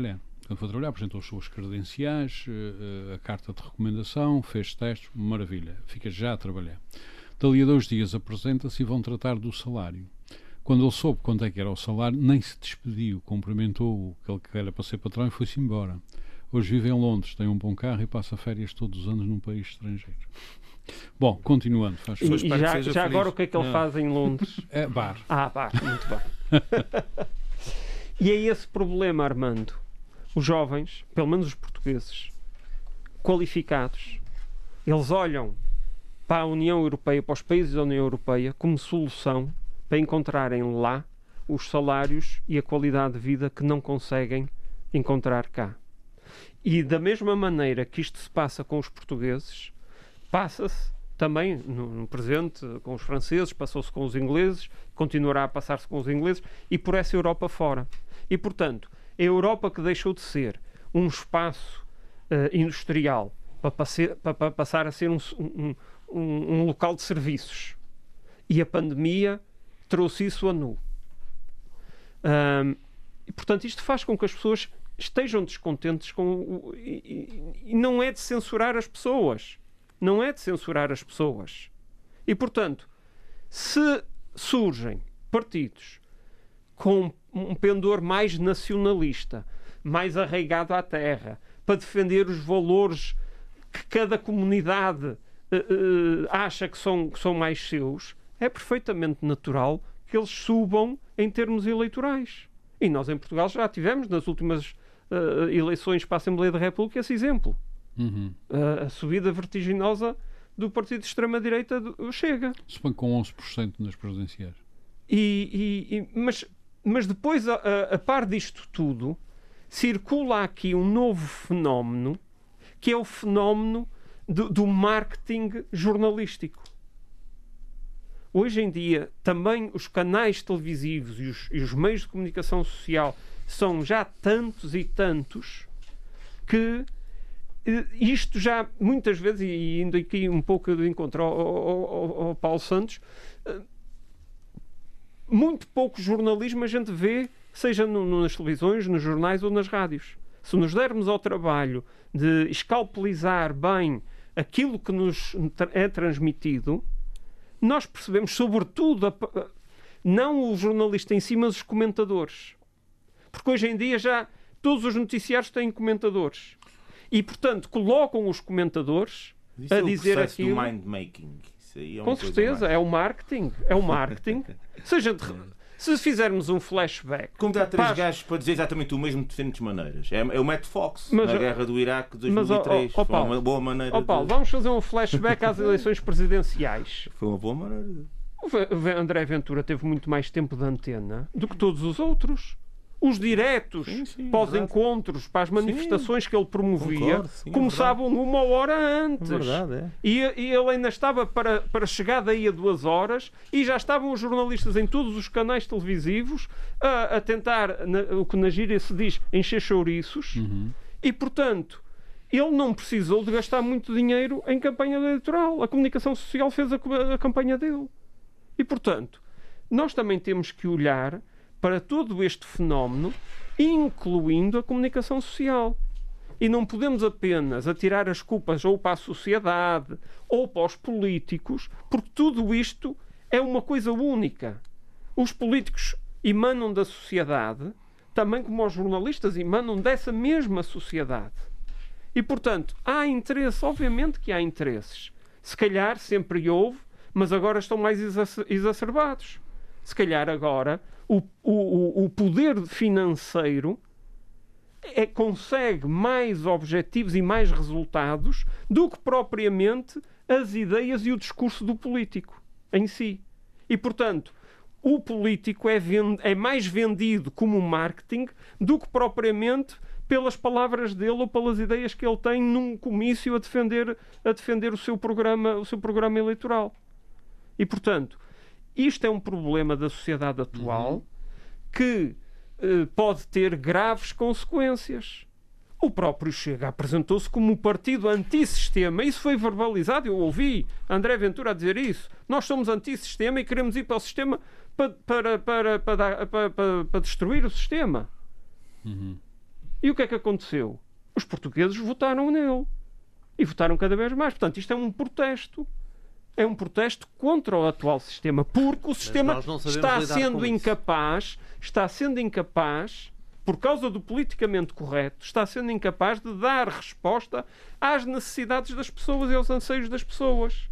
quando foi trabalhar, apresentou as suas credenciais, a carta de recomendação, fez testes, maravilha, fica já a trabalhar. Dali a dois dias apresenta-se e vão tratar do salário. Quando ele soube quanto é que era o salário, nem se despediu, cumprimentou o que ele era para ser patrão e foi-se embora. Hoje vive em Londres, tem um bom carro e passa férias todos os anos num país estrangeiro. Bom, continuando. Faz e e já, já agora o que é que ele Não. faz em Londres? É bar. Ah, bar, muito bem. E é esse problema, Armando. Os jovens, pelo menos os portugueses, qualificados, eles olham para a União Europeia, para os países da União Europeia, como solução para encontrarem lá os salários e a qualidade de vida que não conseguem encontrar cá. E da mesma maneira que isto se passa com os portugueses, passa-se também no, no presente com os franceses, passou-se com os ingleses, continuará a passar-se com os ingleses e por essa Europa fora. E, portanto, a Europa que deixou de ser um espaço uh, industrial para, passe, para, para passar a ser um, um, um, um local de serviços. E a pandemia trouxe isso a nu. Um, e, portanto, isto faz com que as pessoas estejam descontentes com o, e, e, e não é de censurar as pessoas. Não é de censurar as pessoas. E, portanto, se surgem partidos com um pendor mais nacionalista, mais arraigado à terra, para defender os valores que cada comunidade uh, uh, acha que são, que são mais seus, é perfeitamente natural que eles subam em termos eleitorais. E nós em Portugal já tivemos nas últimas uh, eleições para a Assembleia da República esse exemplo. Uhum. Uh, a subida vertiginosa do partido de extrema-direita do Chega. Suponho com onze por cento nas presidenciais. E, e, e, mas, mas depois, a, a, a par disto tudo, circula aqui um novo fenómeno, que é o fenómeno do, do marketing jornalístico. Hoje em dia, também os canais televisivos e os, e os meios de comunicação social são já tantos e tantos que isto já, muitas vezes, e indo aqui um pouco de encontro ao, ao, ao Paulo Santos, muito pouco jornalismo a gente vê, seja no, nas televisões, nos jornais ou nas rádios. Se nos dermos ao trabalho de escalpelizar bem aquilo que nos é transmitido, nós percebemos, sobretudo, a, não o jornalista em si, mas os comentadores. Porque hoje em dia já todos os noticiários têm comentadores. E, portanto, colocam os comentadores Isso a é dizer o aquilo. do mind making. Isso aí é uma Com coisa certeza, mais. é o marketing. É o marketing. se, a gente, se fizermos um flashback... Como dá três Paz... gajos para dizer exatamente o mesmo de diferentes maneiras. É, é o Matt Fox, mas, na guerra do Iraque de mas, dois mil e três. oh, oh, Foi Paulo, uma boa maneira oh, Paulo, de... vamos fazer um flashback às eleições presidenciais. Foi uma boa maneira de... O André Ventura teve muito mais tempo de antena do que todos os outros. Os diretos sim, sim, para os verdade. encontros, para as manifestações sim, que ele promovia, concordo, sim, começavam é uma hora antes. Verdade, é. E, e ele ainda estava para, para chegar daí a duas horas e já estavam os jornalistas em todos os canais televisivos a, a tentar, na, o que na gíria se diz, encher chouriços. Uhum. E, portanto, ele não precisou de gastar muito dinheiro em campanha eleitoral. A comunicação social fez a, a campanha dele. E, portanto, nós também temos que olhar para todo este fenómeno, incluindo a comunicação social. E não podemos apenas atirar as culpas ou para a sociedade ou para os políticos, porque tudo isto é uma coisa única. Os políticos emanam da sociedade, também como os jornalistas emanam dessa mesma sociedade. E, portanto, há interesse, obviamente que há interesses. Se calhar sempre houve, mas agora estão mais exacerbados. Se calhar agora o, o, o poder financeiro é, consegue mais objetivos e mais resultados do que propriamente as ideias e o discurso do político em si. E, portanto, o político é, vend, é mais vendido como marketing do que propriamente pelas palavras dele ou pelas ideias que ele tem num comício a defender, a defender o seu programa, o seu programa eleitoral. E, portanto, isto é um problema da sociedade atual uhum. que eh, pode ter graves consequências. O próprio Chega apresentou-se como um partido antissistema. Isso foi verbalizado, eu ouvi André Ventura a dizer isso. Nós somos antissistema e queremos ir para o sistema para, para, para, para, para, para, para destruir o sistema. Uhum. E o que é que aconteceu? Os portugueses votaram nele. E votaram cada vez mais. Portanto, isto é um protesto. É um protesto contra o atual sistema. Porque o sistema está sendo incapaz, está sendo incapaz, por causa do politicamente correto, está sendo incapaz de dar resposta às necessidades das pessoas e aos anseios das pessoas.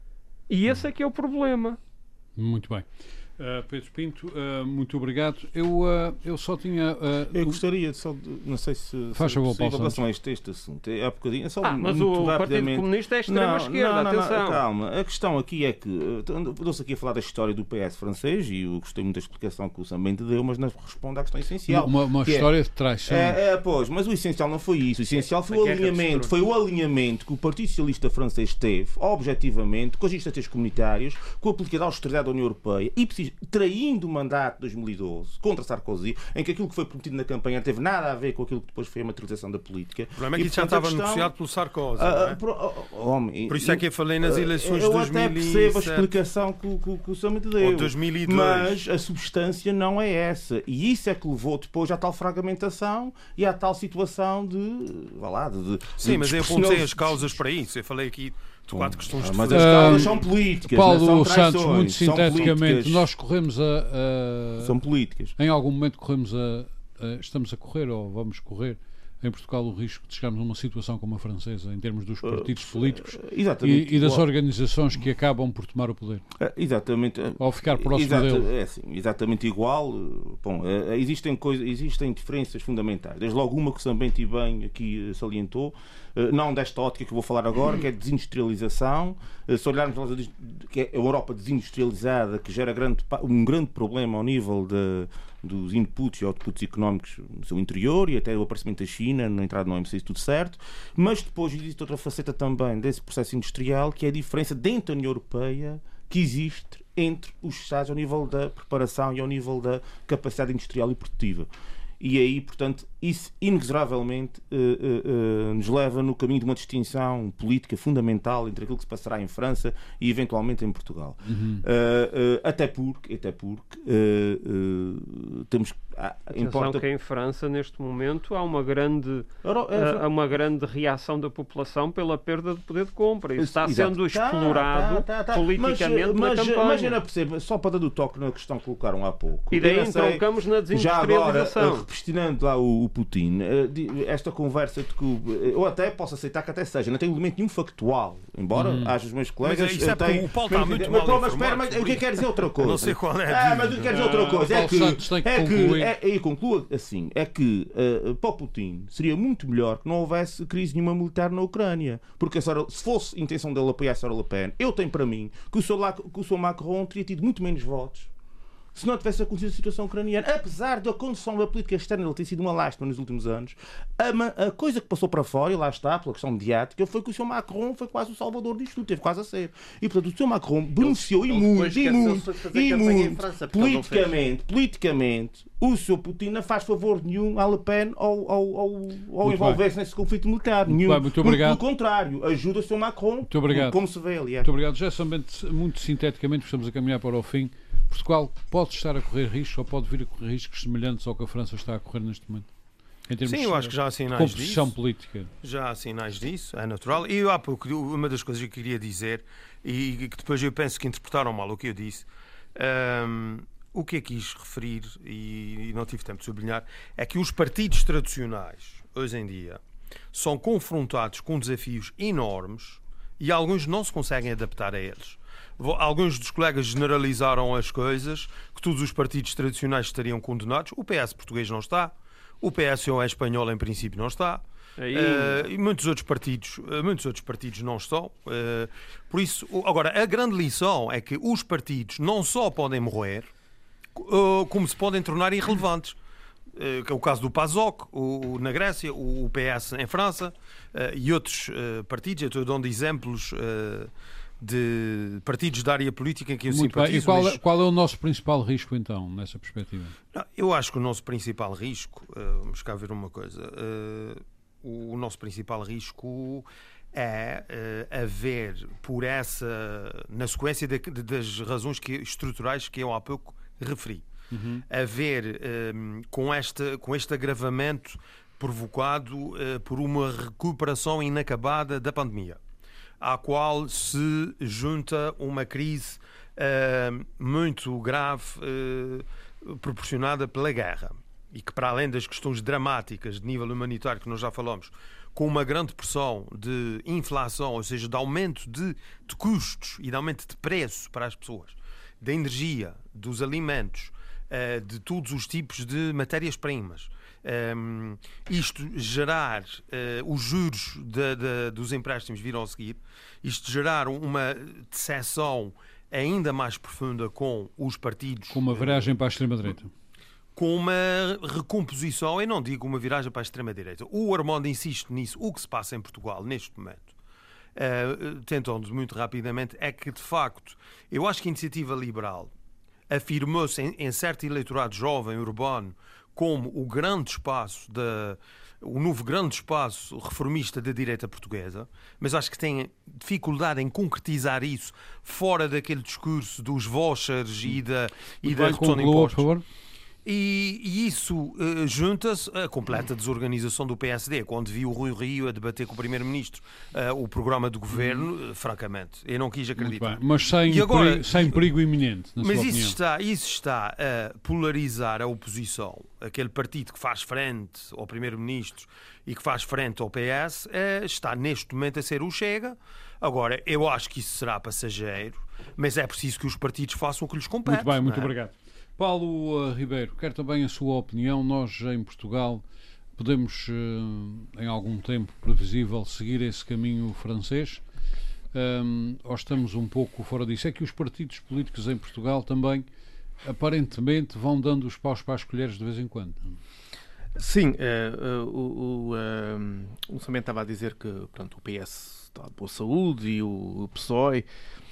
E esse é que é o problema. Muito bem. Uh, Pedro Pinto, uh, muito obrigado. Eu, uh, eu só tinha... Uh, eu gostaria de só... De, não sei se... Faz favor, Paulo Santos. Em relação a este, este assunto. É, há bocadinho, é só ah, mas o Partido Comunista é extrema-esquerda, atenção. Não, calma. A questão aqui é que... Estou-se aqui a falar da história do P S francês e eu gostei muito da explicação que o Sam Bento deu, mas não responde à questão essencial. Uma, uma história é, de traição. É, é, pois, mas o essencial não foi isso. O essencial foi o alinhamento. Foi o alinhamento que o Partido Socialista francês teve, objetivamente, com os estratégias comunitários, com a política da austeridade da União Europeia e traindo o mandato de dois mil e doze contra Sarkozy, em que aquilo que foi prometido na campanha não teve nada a ver com aquilo que depois foi a materialização da política. O problema é que isso já estava questão... negociado pelo Sarkozy. Ah, não é? Por, oh, homem, por isso é que eu falei nas eleições eu de dois mil e sete. Eu até percebo a explicação que, que, que o Sam deu. Ou dois mil e dois. Mas a substância não é essa. E isso é que levou depois à tal fragmentação e à tal situação de... Vá lá, de, de Sim, de mas eu apontei as causas para isso. Eu falei aqui de quatro questões de Mas as causas são políticas. Paulo são Santos, muito são sinteticamente, políticas. nós corremos a, a... São políticas. Em algum momento corremos a, a... Estamos a correr ou vamos correr em Portugal o risco de chegarmos a uma situação como a francesa em termos dos partidos uh, políticos uh, e, e das igual. organizações que acabam por tomar o poder. Uh, exatamente. Uh, ou ficar próximo exata, dele. É assim, exatamente igual. Uh, bom, uh, existem, coisa, existem diferenças fundamentais. Desde logo uma que também e bem aqui uh, salientou, uh, não desta ótica que eu vou falar agora, que é a desindustrialização. Uh, se olharmos que é a Europa desindustrializada, que gera grande, um grande problema ao nível de dos inputs e outputs económicos no seu interior e até o aparecimento da China, na entrada no O M C, tudo certo, mas depois existe outra faceta também desse processo industrial, que é a diferença dentro da União Europeia que existe entre os Estados ao nível da preparação e ao nível da capacidade industrial e produtiva. E aí, portanto, isso inexoravelmente uh, uh, uh, nos leva no caminho de uma distinção política fundamental entre aquilo que se passará em França e eventualmente em Portugal. Uhum. Uh, uh, até porque, até porque uh, uh, temos ah, Atenção importa... que em França, neste momento, há uma grande, uh, uma grande reação da população pela perda de poder de compra. Isso está Exato. sendo explorado tá, tá, tá, tá. politicamente mas, na mas, campanha. Mas eu não percebo, só para dar o toque na questão que colocaram há pouco. E daí entrocamos na desindustrialização. Já agora, prestinando lá o, o Putin, esta conversa de que eu até posso aceitar que até seja, não tem elemento nenhum factual, embora hum. haja os meus colegas. Mas isso é tenho, o Paulo está muito mal informado. Mas espera, mas o que quer dizer outra coisa? Não sei qual é. Ah, mas o que quer dizer outra coisa? É que, é que é, e concluo assim, é que uh, para o Putin seria muito melhor que não houvesse crise nenhuma militar na Ucrânia, porque se fosse intenção dele apoiar a Sarah Le Pen, eu tenho para mim que o seu Macron teria tido muito menos votos se não tivesse acontecido a situação ucraniana. Apesar da condução da política externa ele ter sido uma lástima nos últimos anos, a, a coisa que passou para fora, e lá está, pela questão mediática, foi que o seu Macron foi quase o salvador disto tudo, teve quase a ser. E, portanto, o seu Macron beneficiou e muito, e muito, e muito, politicamente, politicamente, o seu Putin não faz favor nenhum à Le Pen ao, ao, ao, ao envolver-se nesse conflito militar. Muito nenhum. Bem, muito obrigado. Pelo contrário, ajuda o seu Macron, muito obrigado. Como se vê, aliás. Muito obrigado. Já somente, muito sinteticamente, estamos a caminhar para o fim. Portugal pode estar a correr riscos ou pode vir a correr riscos semelhantes ao que a França está a correr neste momento? Em termos Sim, eu acho que já há sinais de composição disso. política. Já há sinais disso, é natural. E há pouco, uma das coisas que eu queria dizer, e que depois eu penso que interpretaram mal o que eu disse, um, o que eu quis referir, e não tive tempo de sublinhar, é que os partidos tradicionais, hoje em dia, são confrontados com desafios enormes e alguns não se conseguem adaptar a eles. Alguns dos colegas generalizaram as coisas, que todos os partidos tradicionais estariam condenados. O P S português não está. O P S ou é espanhol, em princípio, não está. Aí... Uh, e muitos outros partidos, uh, muitos outros partidos não estão. Uh, por isso, agora, a grande lição é que os partidos não só podem morrer, uh, como se podem tornar irrelevantes. Uh, que é o caso do PASOK o, na Grécia, o, o P S em França, uh, e outros uh, partidos. Eu estou dando exemplos uh, de partidos da área política em que eu Muito simpatizo. Bem. E qual, mas... é, qual é o nosso principal risco, então, nessa perspectiva? Não, eu acho que o nosso principal risco, uh, vamos cá ver uma coisa, uh, o, o nosso principal risco é uh, haver, por essa, na sequência de, de, das razões que, estruturais que eu há pouco referi, uhum. haver um, com, este, com este agravamento provocado uh, por uma recuperação inacabada da pandemia, à qual se junta uma crise uh, muito grave uh, proporcionada pela guerra e que, para além das questões dramáticas de nível humanitário que nós já falamos, com uma grande pressão de inflação, ou seja, de aumento de, de custos e de aumento de preço para as pessoas, da energia, dos alimentos, uh, de todos os tipos de matérias-primas, um, isto gerar uh, os juros de, de, dos empréstimos virão a seguir, isto gerar uma decepção ainda mais profunda com os partidos. Com uma viragem para a extrema-direita. Com uma recomposição, eu não digo uma viragem para a extrema-direita. O Armando insiste nisso. O que se passa em Portugal neste momento, uh, tentando muito rapidamente, é que, de facto, eu acho que a Iniciativa Liberal afirmou-se em, em certo eleitorado jovem, urbano, como o grande espaço, de, o novo grande espaço reformista da direita portuguesa, mas acho que tem dificuldade em concretizar isso fora daquele discurso dos vouchers e da, e da redução de impostos. Por favor. E, e isso uh, junta-se à completa desorganização do P S D. Quando vi o Rui Rio a debater com o Primeiro-Ministro uh, o programa do Governo, uh, francamente, eu não quis acreditar. Mas sem, agora, perigo, sem perigo iminente, na mas sua isso opinião. está, isso está a polarizar a oposição. Aquele partido que faz frente ao Primeiro-Ministro e que faz frente ao P S uh, está neste momento a ser o Chega. Agora, eu acho que isso será passageiro, mas é preciso que os partidos façam o que lhes compete. Muito bem, muito não é? obrigado. Paulo uh, Ribeiro, quero também a sua opinião. Nós, em Portugal, podemos, uh, em algum tempo previsível, seguir esse caminho francês? Um, ou estamos um pouco fora disso? É que os partidos políticos em Portugal também, aparentemente, vão dando os paus para as colheres de vez em quando. Sim, uh, uh, o, o, uh, o Samento estava a dizer que portanto, o P S está de boa saúde e o, o P S O E...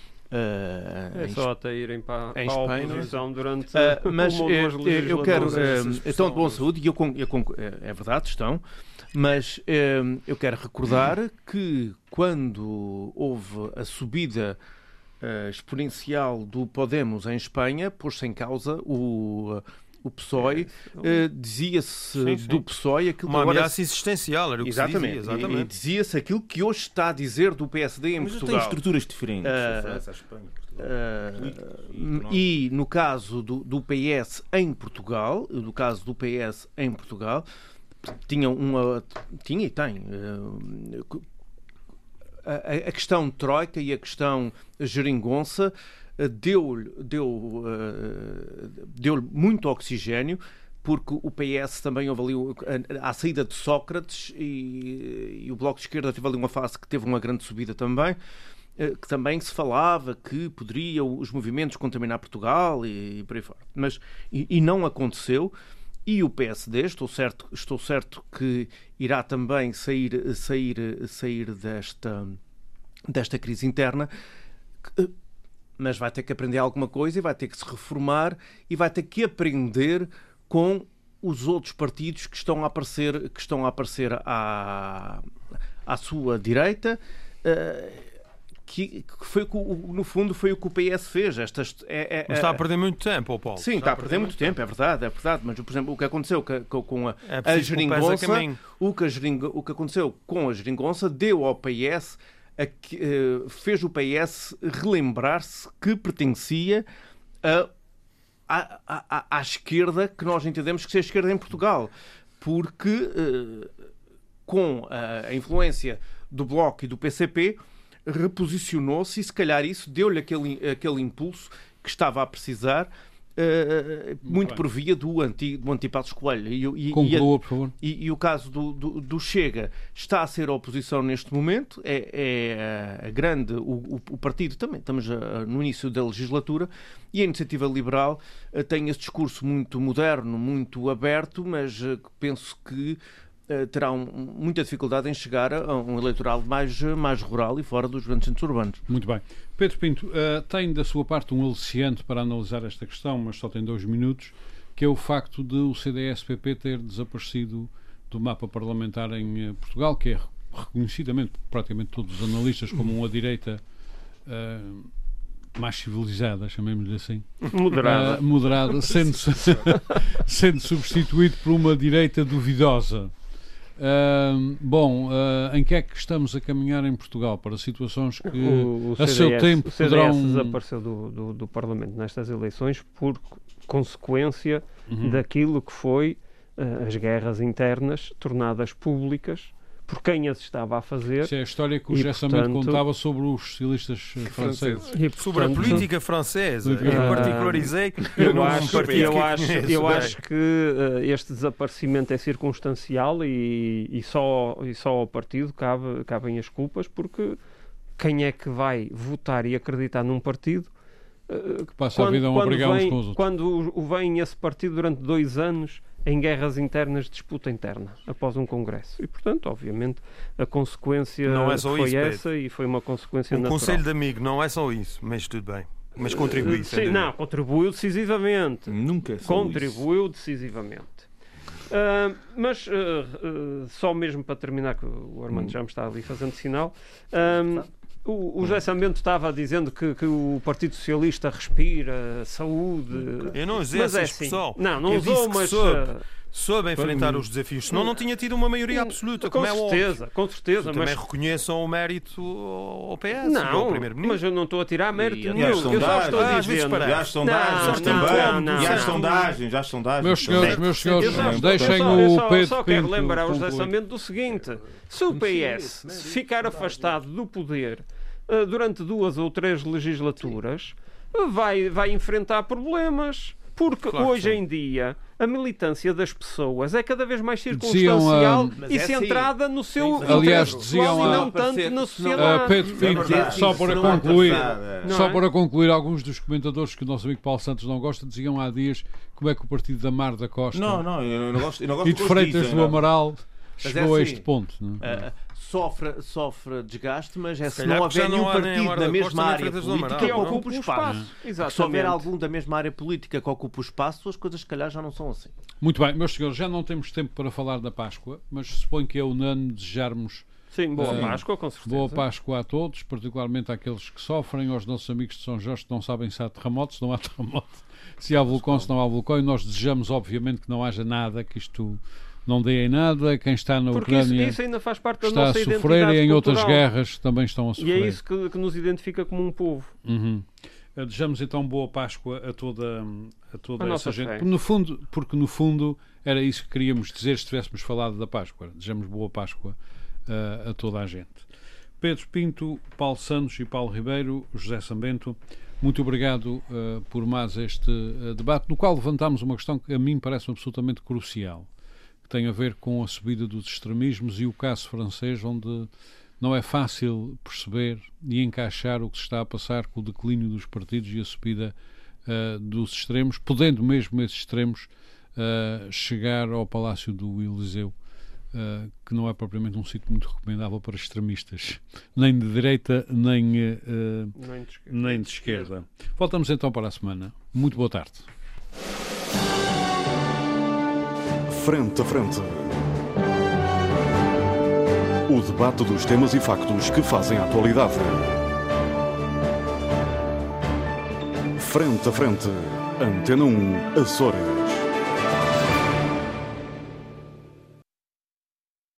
Uh, é só até irem para, para a Espanha, oposição durante uh, mas uma eu, duas eu quero legislaturas. uh, estão de boa saúde e eu, eu, eu, é verdade, estão, mas uh, eu quero recordar que quando houve a subida uh, exponencial do Podemos em Espanha, pôs-se em causa o o P S O E, uh, dizia-se sim, sim. do P S O E aquilo uma que agora... ameaça existencial, era o que exatamente. se dizia. Exatamente. E, e dizia-se aquilo que hoje está a dizer do P S D em Mas Portugal. tem estruturas diferentes, Uh, a França, a Espanha, Portugal. Uh, e no caso do, do P S em Portugal, no caso do P S em Portugal, tinha uma tinha e tem uh, a, a questão troika e a questão geringonça uh, deu-lhe deu, uh, deu muito oxigénio, porque o P S também houve ali a, a saída de Sócrates e, e o Bloco de Esquerda teve ali uma fase que teve uma grande subida também, que também se falava que poderiam os movimentos contaminar Portugal e, e por aí fora. Mas, e, e não aconteceu. E o P S D, estou certo, estou certo que irá também sair, sair, sair desta, desta crise interna, mas vai ter que aprender alguma coisa e vai ter que se reformar e vai ter que aprender com os outros partidos que estão a aparecer, que estão a aparecer à, à sua direita. Uh, Que, que foi que, no fundo, foi o que o P S fez. Estas, é, é, mas está a perder muito tempo, oh Paulo. Sim, está, está a perder muito tempo, tempo, é verdade, é verdade. Mas, por exemplo, o que aconteceu com, com a, é a geringonça, o que, a geringo, o que aconteceu com a geringonça deu ao P S, a, uh, fez o P S relembrar-se que pertencia a, a, a, à esquerda que nós entendemos que seja a esquerda em Portugal. Porque, uh, com a, a influência do Bloco e do P C P, reposicionou-se e se calhar isso deu-lhe aquele, aquele impulso que estava a precisar, uh, muito por via do, anti, do Antipassos Coelho. E, e, Conclua, e, a, por favor. E, e o caso do, do, do Chega está a ser a oposição neste momento, é, é a grande, o, o, o partido também, estamos a, no início da legislatura, e a Iniciativa Liberal uh, tem esse discurso muito moderno, muito aberto, mas uh, penso que terá um, muita dificuldade em chegar a um eleitorado mais, mais rural e fora dos grandes centros urbanos. Muito bem. Pedro Pinto, uh, tem da sua parte um aliciante para analisar esta questão, mas só tem dois minutos, que é o facto de o C D S P P ter desaparecido do mapa parlamentar em uh, Portugal, que é reconhecidamente por praticamente todos os analistas como uma direita uh, mais civilizada, chamemos-lhe assim. Moderada. Uh, moderada, sendo, sendo substituído por uma direita duvidosa. Uh, bom, uh, em que é que estamos a caminhar em Portugal? Para situações que o, o a C D S, seu tempo o C D S poderão... desapareceu do, do, do Parlamento nestas eleições por consequência Uhum. daquilo que foi uh, as guerras internas tornadas públicas por quem as estava a fazer. Isso é a história que o E, José Samento portanto, contava sobre os socialistas franceses. E, Sobre a portanto, política francesa. Política- Eu Ah, particularizei Eu num acho, partido eu que acho, conheço eu bem. acho que uh, este desaparecimento é circunstancial e, e, só, e só ao partido cabe, cabem as culpas, porque quem é que vai votar e acreditar num partido uh, Que passa a vida a um obrigar uns vem, com os outros. quando o- o vem esse partido durante dois anos em guerras internas de disputa interna, após um congresso. E, portanto, obviamente, a consequência Não é só foi isso, Pedro. essa e foi uma consequência Um natural. conselho de amigo, não é só isso, mas tudo bem. Mas contribui. sem Sim, dúvida. não, contribuiu decisivamente. Nunca é só isso. Contribuiu decisivamente. Ah, mas ah, ah, só mesmo para terminar, que o Armando já me está ali fazendo sinal, ah, o, o José Samento estava dizendo que, que o Partido Socialista respira saúde. Eu não usei Mas essa é expressão. assim. Não, não Eu usou, disse que mas soube. ah, Soube enfrentar os desafios, senão não tinha tido uma maioria absoluta, com como é óbvio. certeza, com certeza, Também mas reconheçam o mérito ao P S, ao não, Primeiro-Ministro. mas eu não estou a tirar mérito E- e nenhum. as Eu só sondagens? estou Ah, a às vezes dizer. E as sondagens Não, também. não, não, e as não. sondagens, as sondagens. Meus também. senhores, meus senhores, Eu só, estou- deixem eu só, eu o só, Pedro só quero Pinto lembrar ao José concluir. Samento do seguinte: se o P S se ficar afastado do poder uh, durante duas ou três legislaturas, uh, vai, vai enfrentar problemas. Porque Claro que hoje sim. em dia a militância das pessoas é cada vez mais Diziam, circunstancial ah, e é assim. centrada no seu Sim, interesse aliás, pessoal diziam, e ah, não tanto parecer na que sociedade. Ah, Pedro É Pinto, verdade, só isso para não é concluir, passado. Não só é? para concluir, alguns dos comentadores que o nosso amigo Paulo Santos não gosta diziam há dias como é que o partido da Mar da Costa Não, não, eu não gosto, eu não gosto e do de que eles Freitas dizem, do não. Amaral Mas chegou é a assim, este ponto. Não é? Ah, sofre, sofre desgaste, mas é se calhar não porque já houver não nenhum há nem a partido Guarda da da mesma Costa, nem área Freitas do política Amaral, que não? ocupe o espaço. Exatamente. Se houver algum da mesma área política que ocupe o espaço, as coisas se calhar já não são assim. Muito bem, meus senhores, já não temos tempo para falar da Páscoa, mas suponho que é unânime desejarmos Sim, boa Sim. Páscoa, com certeza. boa Páscoa a todos, particularmente àqueles que sofrem, aos nossos amigos de São Jorge que não sabem se há terremoto, se não há terremoto, se há vulcão, se não há vulcão, e nós desejamos, obviamente, que não haja nada, que isto não dê em nada. Quem está na Porque isso, Ucrânia isso ainda faz parte da está a nossa sofrer identidade e em outras cultural. guerras também estão a E sofrer. é isso que, que nos identifica como um povo. Uhum. Uh, Desejamos então boa Páscoa a toda, a toda A essa nossa gente. fé. No fundo, porque no fundo era isso que queríamos dizer se tivéssemos falado da Páscoa. Desejamos boa Páscoa uh, a toda a gente. Pedro Pinto, Paulo Santos e Paulo Ribeiro, José Sambento, muito obrigado uh, por mais este uh, debate, no qual levantámos uma questão que a mim parece absolutamente crucial, que tem a ver com a subida dos extremismos e o caso francês, onde não é fácil perceber e encaixar o que se está a passar com o declínio dos partidos e a subida uh, dos extremos, podendo mesmo esses extremos uh, chegar ao Palácio do Eliseu, uh, que não é propriamente um sítio muito recomendável para extremistas, nem de direita, nem, uh, Não te esqueças. nem de esquerda. Voltamos então para a semana. Muito boa tarde. Frente a frente. O debate dos temas e factos que fazem a atualidade. Frente a frente. Antena um, Açores.